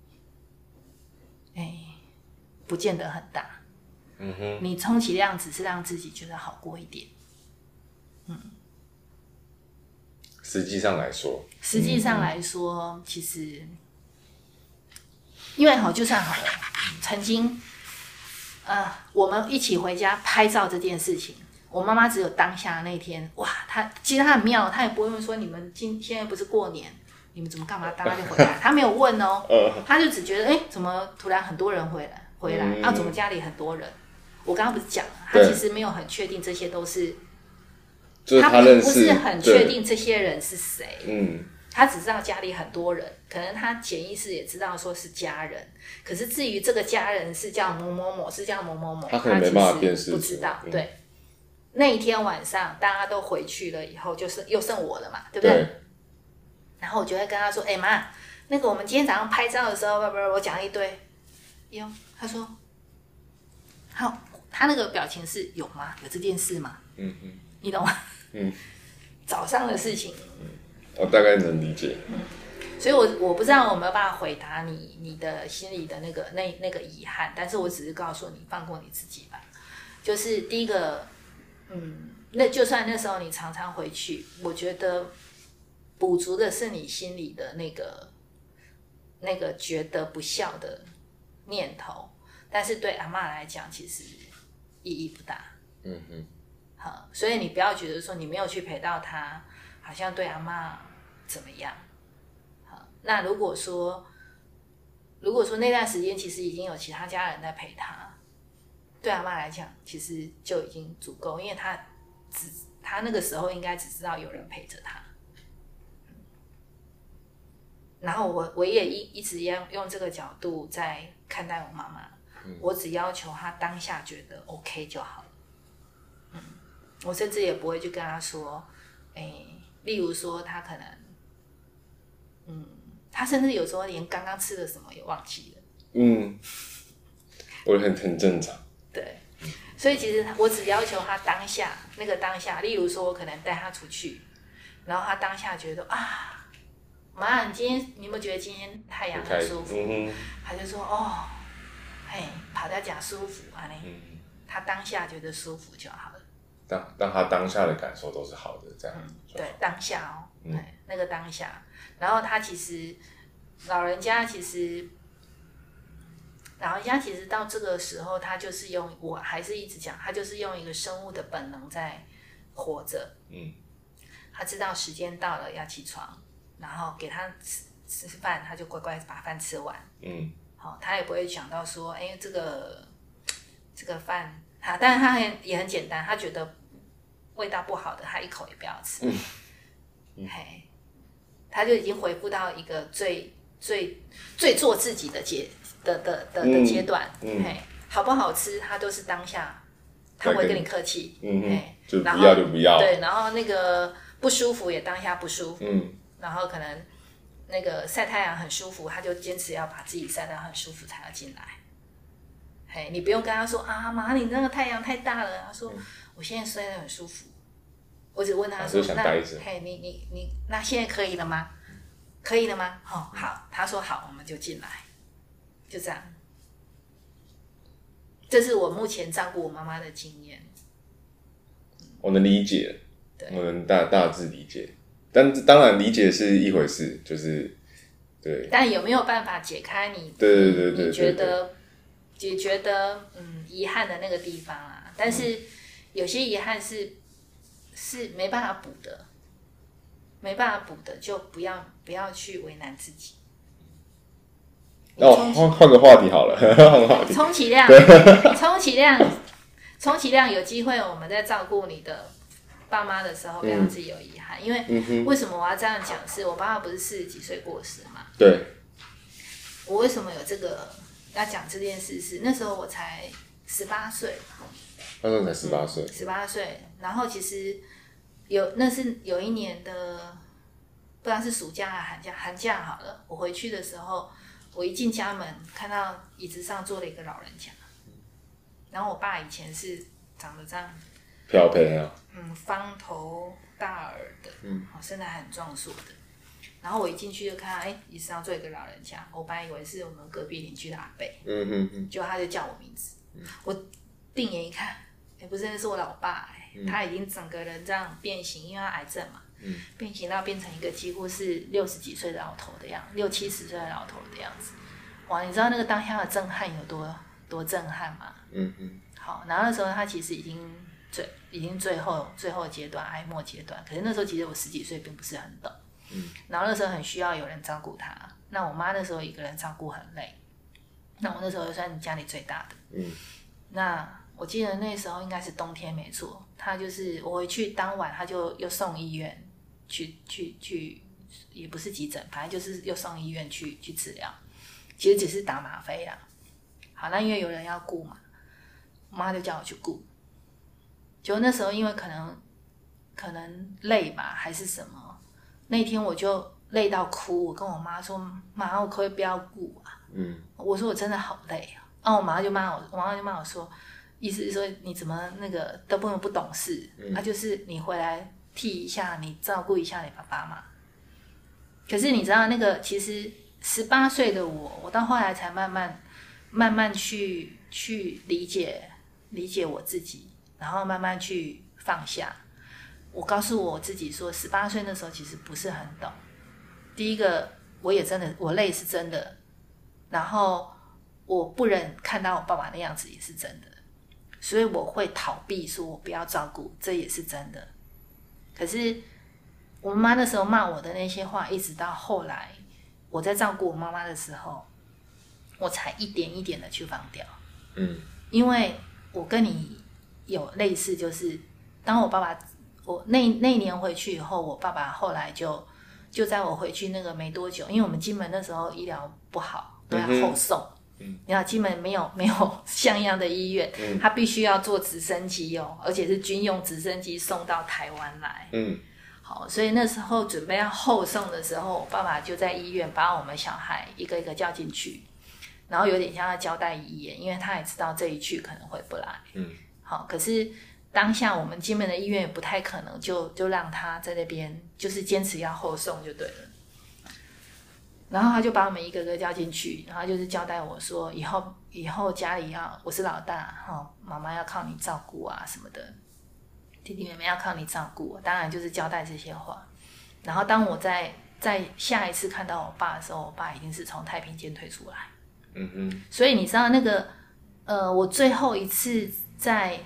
不见得很大。你充其量只是让自己觉得好过一点。 实际上来说，其实因为就算好了，曾经我们一起回家拍照这件事情，我妈妈只有当下那天，哇，其实她很妙，她也不会问说你们现在不是过年，你们怎么干嘛大家就回来，她没有问她就只觉得怎么突然很多人回来，怎么家里很多人。我刚刚不是讲了，她其实没有很确定这些都是，她并不是很确定这些人是谁。他只知道家里很多人，可能他潜意识也知道说是家人，可是至于这个家人是叫某某某，是叫某某某， 他可能没办法辨识， 不知道。对，那一天晚上大家都回去了以后，就是又剩我了嘛，对不对？然后我就会跟他说：“妈，那个我们今天早上拍照的时候，我讲了一堆。”他说：“好，他那个表情是有吗？有这件事吗？你懂吗？早上的事情。” 我大概能理解。 所以我不知道我有没有办法回答你的心里的那个遗憾，但是我只是告诉你放过你自己吧。就是第一个，那就算那时候你常常回去，我觉得补足的是你心里的那个觉得不孝的念头，但是对阿嬷来讲，其实意义不大。 所以你不要觉得说你没有去陪到他，好像对阿嬷怎么样。那如果说那段时间其实已经有其他家人在陪他，对阿嬷来讲其实就已经足够，因为他那个时候应该只知道有人陪着他。然后我也一直用这个角度在看待我妈妈，我只要求她当下觉得 OK 就好了。我甚至也不会去跟她说，例如说她可能，她甚至有时候连刚刚吃的什么也忘记了。 我很正常。 对，所以其实我只要求她当下那个当下，例如说我可能带她出去，然后她当下觉得啊，妈，你有没有觉得今天太阳很舒服？她就说哦，跑到家舒服啊，她当下觉得舒服就好了。 当他当下的感受都是好的，这样。 对，当下那个当下，然后他其实老人家其实到这个时候，他就是我还是一直讲，他就是用一个生物的本能在活着。他知道时间到了要起床，然后给他吃饭，他就乖乖把饭吃完。他也不会想到说，这个饭，但是他也很简单，他觉得味道不好的，他一口也不要吃。他就已经回复到一个最做自己的阶段。好不好吃，他都是当下，他不会跟你客气。 就不要就不要。 对，然后那个不舒服也当下不舒服。然后可能那个晒太阳很舒服，他就坚持要把自己晒得很舒服才要进来。你不用跟他说啊，妈，你那个太阳太大了。他说我现在晒得很舒服。我只问他说，你那现在可以了吗？可以了吗？好，他说好，我们就进来，就这样。这是我目前照顾我妈妈的经验。 我能理解，我能大致理解，但当然理解是一回事，就是对。 但有没有办法解开你觉得遗憾的那个地方啊？但是有些遗憾是没办法补的，就不要去为难自己。 换个话题好了， 充其量有机会，我们在照顾你的爸妈的时候，不要让自己有遗憾。因为为什么我要这样讲？是我爸爸不是40几岁过世嘛？ 对。 我为什么有这个要讲这件事？是那时候我才18岁。 那时候才18岁。 18岁，然后其实那是有一年的，不知道是暑假还是寒假好了。我回去的时候，我一进家门，看到椅子上坐了一个老人家。然后我爸以前是长得这样， 漂配啊， 方头大耳的，身材很壮硕的。然后我一进去就看到，椅子上坐一个老人家，我本来以为是我们隔壁邻居的阿伯，结果他就叫我名字，我定眼一看，不是，那是我老爸，他已经整个人这样变形，因为他癌症嘛，变形到变成一个几乎是60几岁的老头的样子，60、70岁的老头的样子。哇，你知道那个当下的震撼有多震撼吗？好，然后那时候他其实已经最后阶段，哀末阶段。可是那时候其实我10几岁，并不是很懂。然后那时候很需要有人照顾他。那我妈那时候一个人照顾很累。那我那时候算家里最大的。那我记得那时候应该是冬天没错。他就是我回去当晚，他就又送医院去，也不是急诊，反正就是又送医院去治疗。其实只是打吗啡啦。好，那因为有人要顾嘛，我妈就叫我去顾。结果那时候因为可能累吧，还是什么，那天我就累到哭。我跟我妈说：“妈，我可不可以不要顾啊？”我说我真的好累啊。然后我妈就骂我说，意思是说你怎么那个都不懂事，就是你回来替一下，你照顾一下你爸爸嘛。可是你知道那个其实18岁的我到后来才慢慢去理解我自己，然后慢慢去放下。我告诉我自己说，18岁那时候其实不是很懂。第一个，我也真的我累是真的，然后我不忍看到我爸爸那样子也是真的。 所以我会逃避说我不要照顾，这也是真的。可是我妈那时候骂我的那些话，一直到后来我在照顾我妈妈的时候，我才一点一点的去放掉。因为我跟你有类似，就是当我爸爸，我那一年回去以后，我爸爸后来就在我回去那个没多久，因为我们金门那时候医疗不好，都要后送。你知道金门没有像样的医院，他必须要坐直升机哦，而且是军用直升机送到台湾来。好，所以那时候准备要后送的时候，我爸爸就在医院把我们小孩一个一个叫进去，然后有点像要交代遗言，因为他也知道这一去可能回不来。好，可是当下我们金门的医院也不太可能就让他在那边就是坚持要后送就对了。然后他就把我们一个个叫进去，然后就是交代我说以后家里我是老大，妈妈要靠你照顾啊什么的，弟弟妹妹要靠你照顾，当然就是交代这些话。然后当我在下一次看到我爸的时候，我爸已经是从太平间退出来。所以你知道那个我最后一次在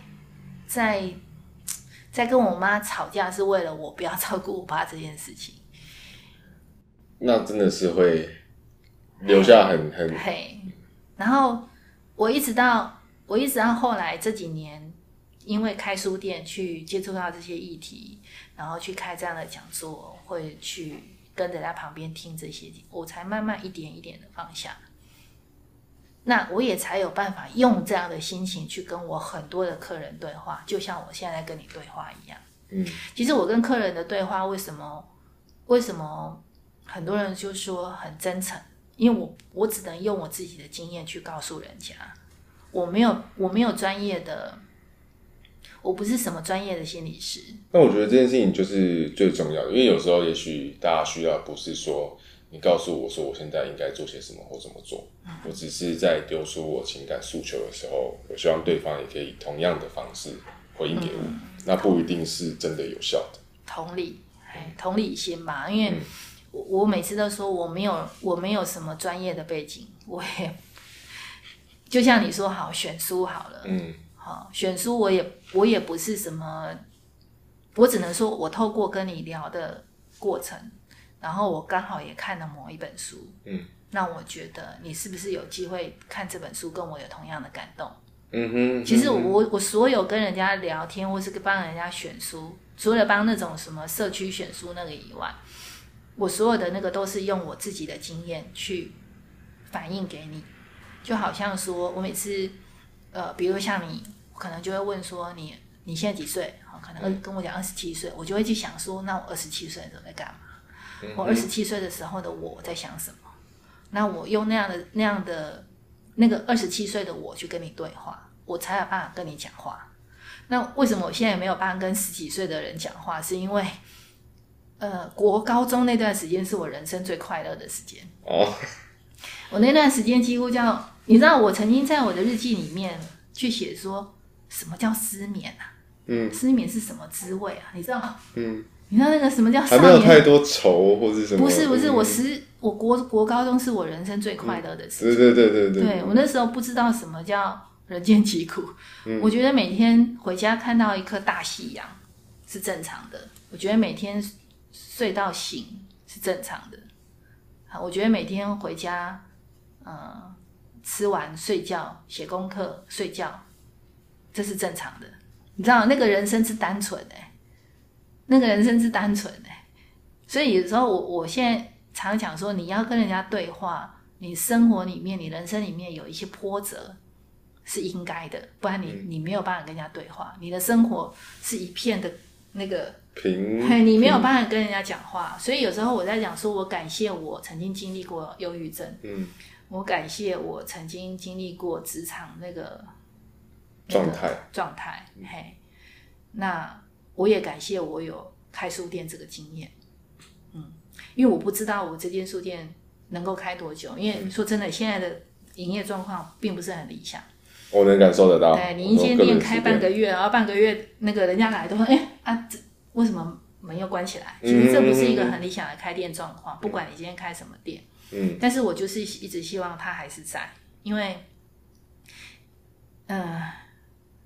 跟我妈吵架，是为了我不要照顾我爸这件事情。 那真的是会留下很嘿。然后我一直到后来这几年，因为开书店去接触到这些议题，然后去开这样的讲座，会去跟着在旁边听这些，我才慢慢一点一点的放下。那我也才有办法用这样的心情去跟我很多的客人对话，就像我现在跟你对话一样。其实我跟客人的对话为什么很多人就说很真诚，因为我只能用我自己的经验去告诉人家，我没有专业的，我不是什么专业的心理师。 那我觉得这件事情就是最重要的，因为有时候也许大家需要不是说你告诉我说我现在应该做些什么或怎么做，我只是在丢出我情感诉求的时候，我希望对方也可以同样的方式回应给我，那不一定是真的有效的。同理心吧，因为我每次都说我没有什么专业的背景，我也就像你说好选书好了，好选书我也不是什么，我只能说我透过跟你聊的过程，然后我刚好也看了某一本书，那我觉得你是不是有机会看这本书跟我有同样的感动？其实我所有跟人家聊天或是帮人家选书，除了帮那种什么社区选书那个以外，我所有的那个都是用我自己的经验去反映给你。就好像说我每次比如像你，我可能就会问说你现在几岁？可能跟我讲27岁，我就会去想说，那我27岁的时候在干嘛？我27岁的时候的我在想什么？那我用那样的那个27岁的我去跟你对话，我才有办法跟你讲话。那为什么我现在没有办法跟10几岁的人讲话？是因为国高中那段时间是我人生最快乐的时间。我那段时间几乎你知道我曾经在我的日记里面去写说什么叫失眠啊？失眠是什么滋味啊？你知道？你知道那个什么叫少年？ 还没有太多愁或是什么？ 不是，我国高中是我人生最快乐的时间。 对，我那时候不知道什么叫人间疾苦。我觉得每天回家看到一颗大夕阳是正常的。我觉得每天睡到醒是正常的。我觉得每天回家，吃完睡觉、写功课、睡觉，这是正常的。你知道那个人生是单纯的，那个人生是单纯的。所以有时候我现在常讲说，你要跟人家对话，你生活里面、你人生里面有一些波折是应该的，不然你没有办法跟人家对话。你的生活是一片的那个你没有办法跟人家讲话。所以有时候我在讲说，我感谢我曾经经历过忧郁症，我感谢我曾经经历过职场那个状态，那我也感谢我有开书店这个经验，因为我不知道我这间书店能够开多久，因为说真的，现在的营业状况并不是很理想。 我能感受得到。 对，你一间店开半个月，然后半个月那个人家来都说，为什么门又关起来？其实这不是一个很理想的开店状况，不管你今天开什么店。但是我就是一直希望它还是在，因为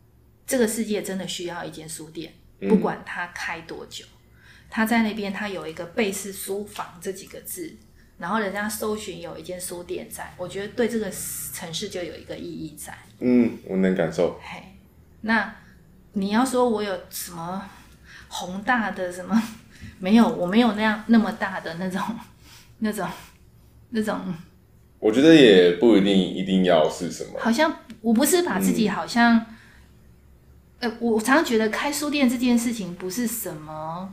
这个世界真的需要一间书店，不管它开多久，它在那边它有一个贝氏书房这几个字，然后人家搜寻有一间书店在，我觉得对这个城市就有一个意义在。 我能感受。 那你要说我有什么宏大的什么？没有，我没有那么大的那种。 我觉得也不一定要是什么。 好像我不是把自己好像，我常常觉得开书店这件事情不是什么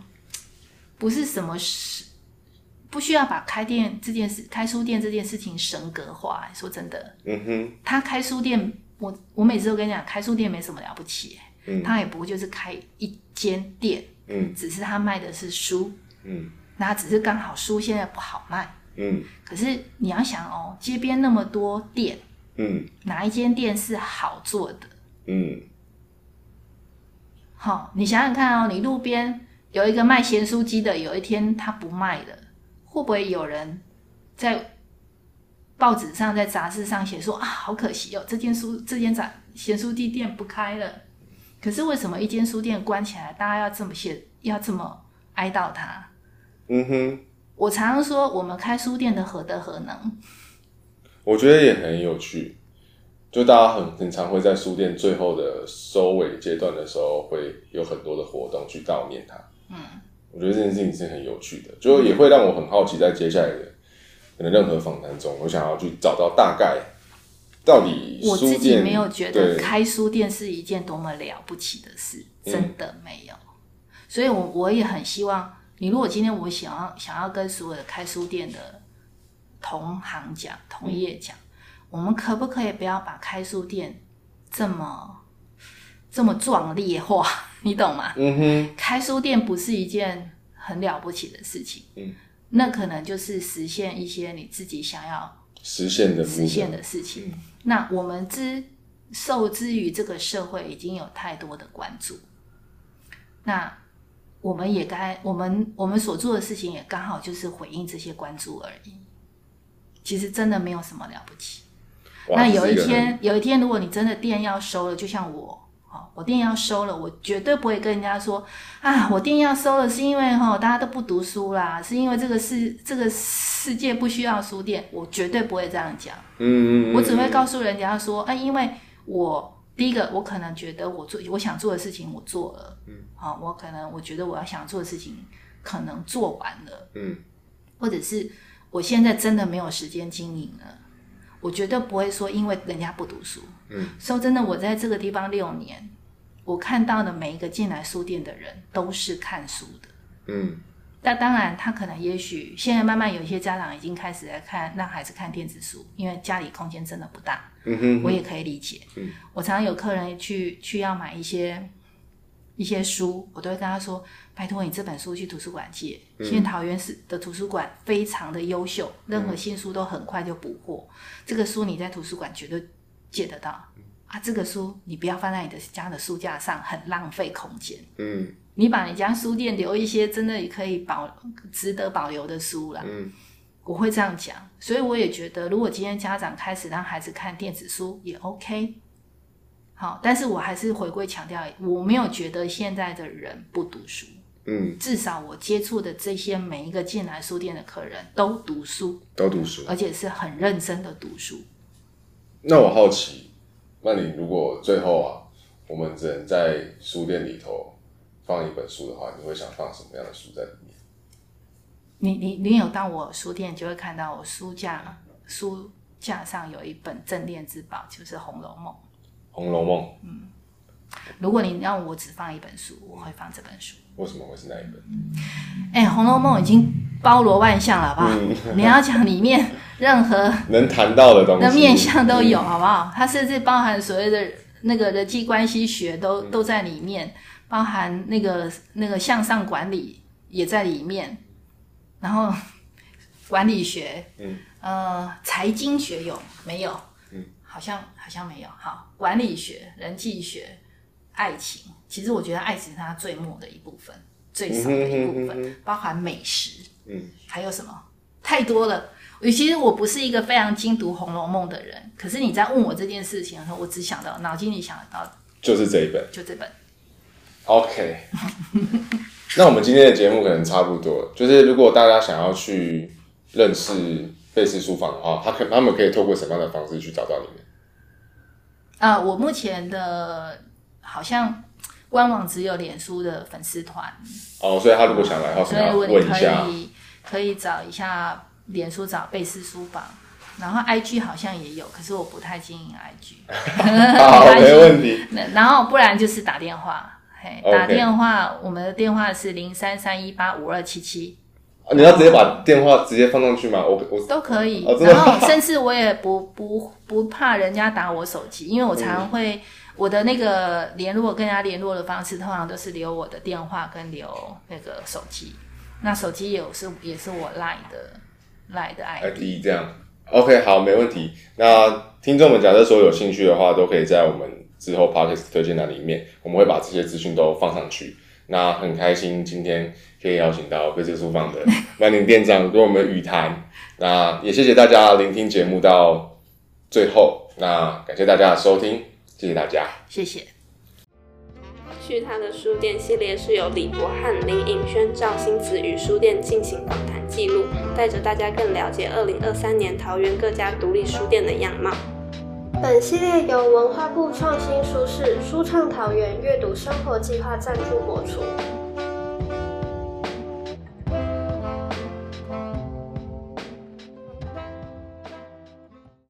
事，不需要把开书店这件事情神格化。说真的，他开书店，我每次都跟你讲，开书店没什么了不起，他也不过就是开一间店，只是他卖的是书，那只是刚好书现在不好卖，可是你要想哦，街边那么多店，哪一间店是好做的？你想想看哦，你路边有一个卖咸酥鸡的，有一天他不卖了，会不会有人在报纸上、在杂志上写说啊，好可惜哦，这间咸酥鸡店不开了？可是为什么一间书店关起来，大家要这么哀悼它？我常常说，我们开书店的何德何能？ 我觉得也很有趣，就大家很常会在书店最后的收尾阶段的时候，会有很多的活动去悼念它。我觉得这件事情是很有趣的，就也会让我很好奇，在接下来的可能任何访谈中，我想要去找到大概到底书店， 我自己没有觉得开书店是一件多么了不起的事，真的没有。所以我也很希望，你如果今天我想要跟所有的开书店的同行讲、同业讲，我们可不可以不要把开书店这么壮烈化？你懂吗？开书店不是一件很了不起的事情，那可能就是实现一些你自己想要实现的事情。那我们受之于这个社会已经有太多的关注，那我们所做的事情也刚好就是回应这些关注而已。其实真的没有什么了不起。那有一天，如果你真的店要收了，就像我店要收了，我绝对不会跟人家说啊，我店要收了是因为大家都不读书啦，是因为这个世界不需要书店，我绝对不会这样讲。我只会告诉人家说，因为第一个，我可能觉得我想做的事情我做了，我觉得我想做的事情可能做完了，或者是我现在真的没有时间经营了，我绝对不会说因为人家不读书。说真的，我在这个地方6年，我看到的每一个进来书店的人都是看书的。但当然，他可能也许现在慢慢有一些家长已经开始让孩子看电子书，因为家里空间真的不大。我也可以理解。我常常有客人去要买一些书，我都会跟他说，拜托你这本书去图书馆借。现在桃园市的图书馆非常的优秀，任何新书都很快就补货。这个书你在图书馆绝对借得到。这个书你不要放在你的家的书架上，很浪费空间。你把你家书店留一些真的可以值得保留的书啦。我会这样讲。所以我也觉得，如果今天家长开始让孩子看电子书也 OK。好，但是我还是回归强调，我没有觉得现在的人不读书。至少我接触的这些每一个进来书店的客人都读书，而且是很认真的读书。 那我好奇，那你如果最后我们只能在书店里头放一本书的话，你会想放什么样的书在里面？ 你有到我书店，就会看到我书架上有一本镇店之宝，就是《红楼梦》。《 红楼梦》。 如果你让我只放一本书，我会放这本书。 为什么会是那一本？ 《红楼梦》已经包罗万象了，好不好？你要讲里面任何能谈到的东西的面向都有，好不好？它甚至包含所谓的那个人际关系学都在里面，包含那个向上管理也在里面，然后管理学，财经学有没有？好像没有。好，管理学、人际学、爱情，其实我觉得爱情是它最末的一部分，最少的一部分，包含美食，还有什么？太多了。其实我不是一个非常精读《红楼梦》的人，可是你在问我这件事情的时候，我只想到脑筋里想到就是这一本， 就这本。 OK， 那我们今天的节目可能差不多，就是如果大家想要去认识贝氏书房的话，他们可以透过什么样的方式去找到你们？ 我目前的好像官网只有脸书的粉丝团。 哦，所以他如果想来的话， 所以问一下， 可以找一下脸书找贝氏书房。然后 IG 好像也有，可是我不太经营 IG。 好，没问题。 然后不然就是打电话，打电话， Okay. 我们的电话是0331852277。 你要直接把电话直接放上去吗？我都可以。 然后甚至我也不怕人家打我手机，因为我常常会我的那个跟人家联络的方式，通常都是留我的电话跟留那个手机。那手机也是我 LINE 的 ID 这样。OK， 好，没问题。那听众们假设说有兴趣的话，都可以在我们之后 Podcast 推荐栏里面，我们会把这些资讯都放上去。那很开心今天可以邀请到贝氏书房的曼宁店长跟我们语谈。那也谢谢大家聆听节目到最后。那感谢大家的收听，谢谢大家， 谢谢。 续他的书店系列是由李博翰、林颖轩、赵新子与书店进行访谈记录，带着大家更了解2023年桃园各家独立书店的样貌。 本系列由文化部创新书市书创桃园阅读生活计划赞助播出。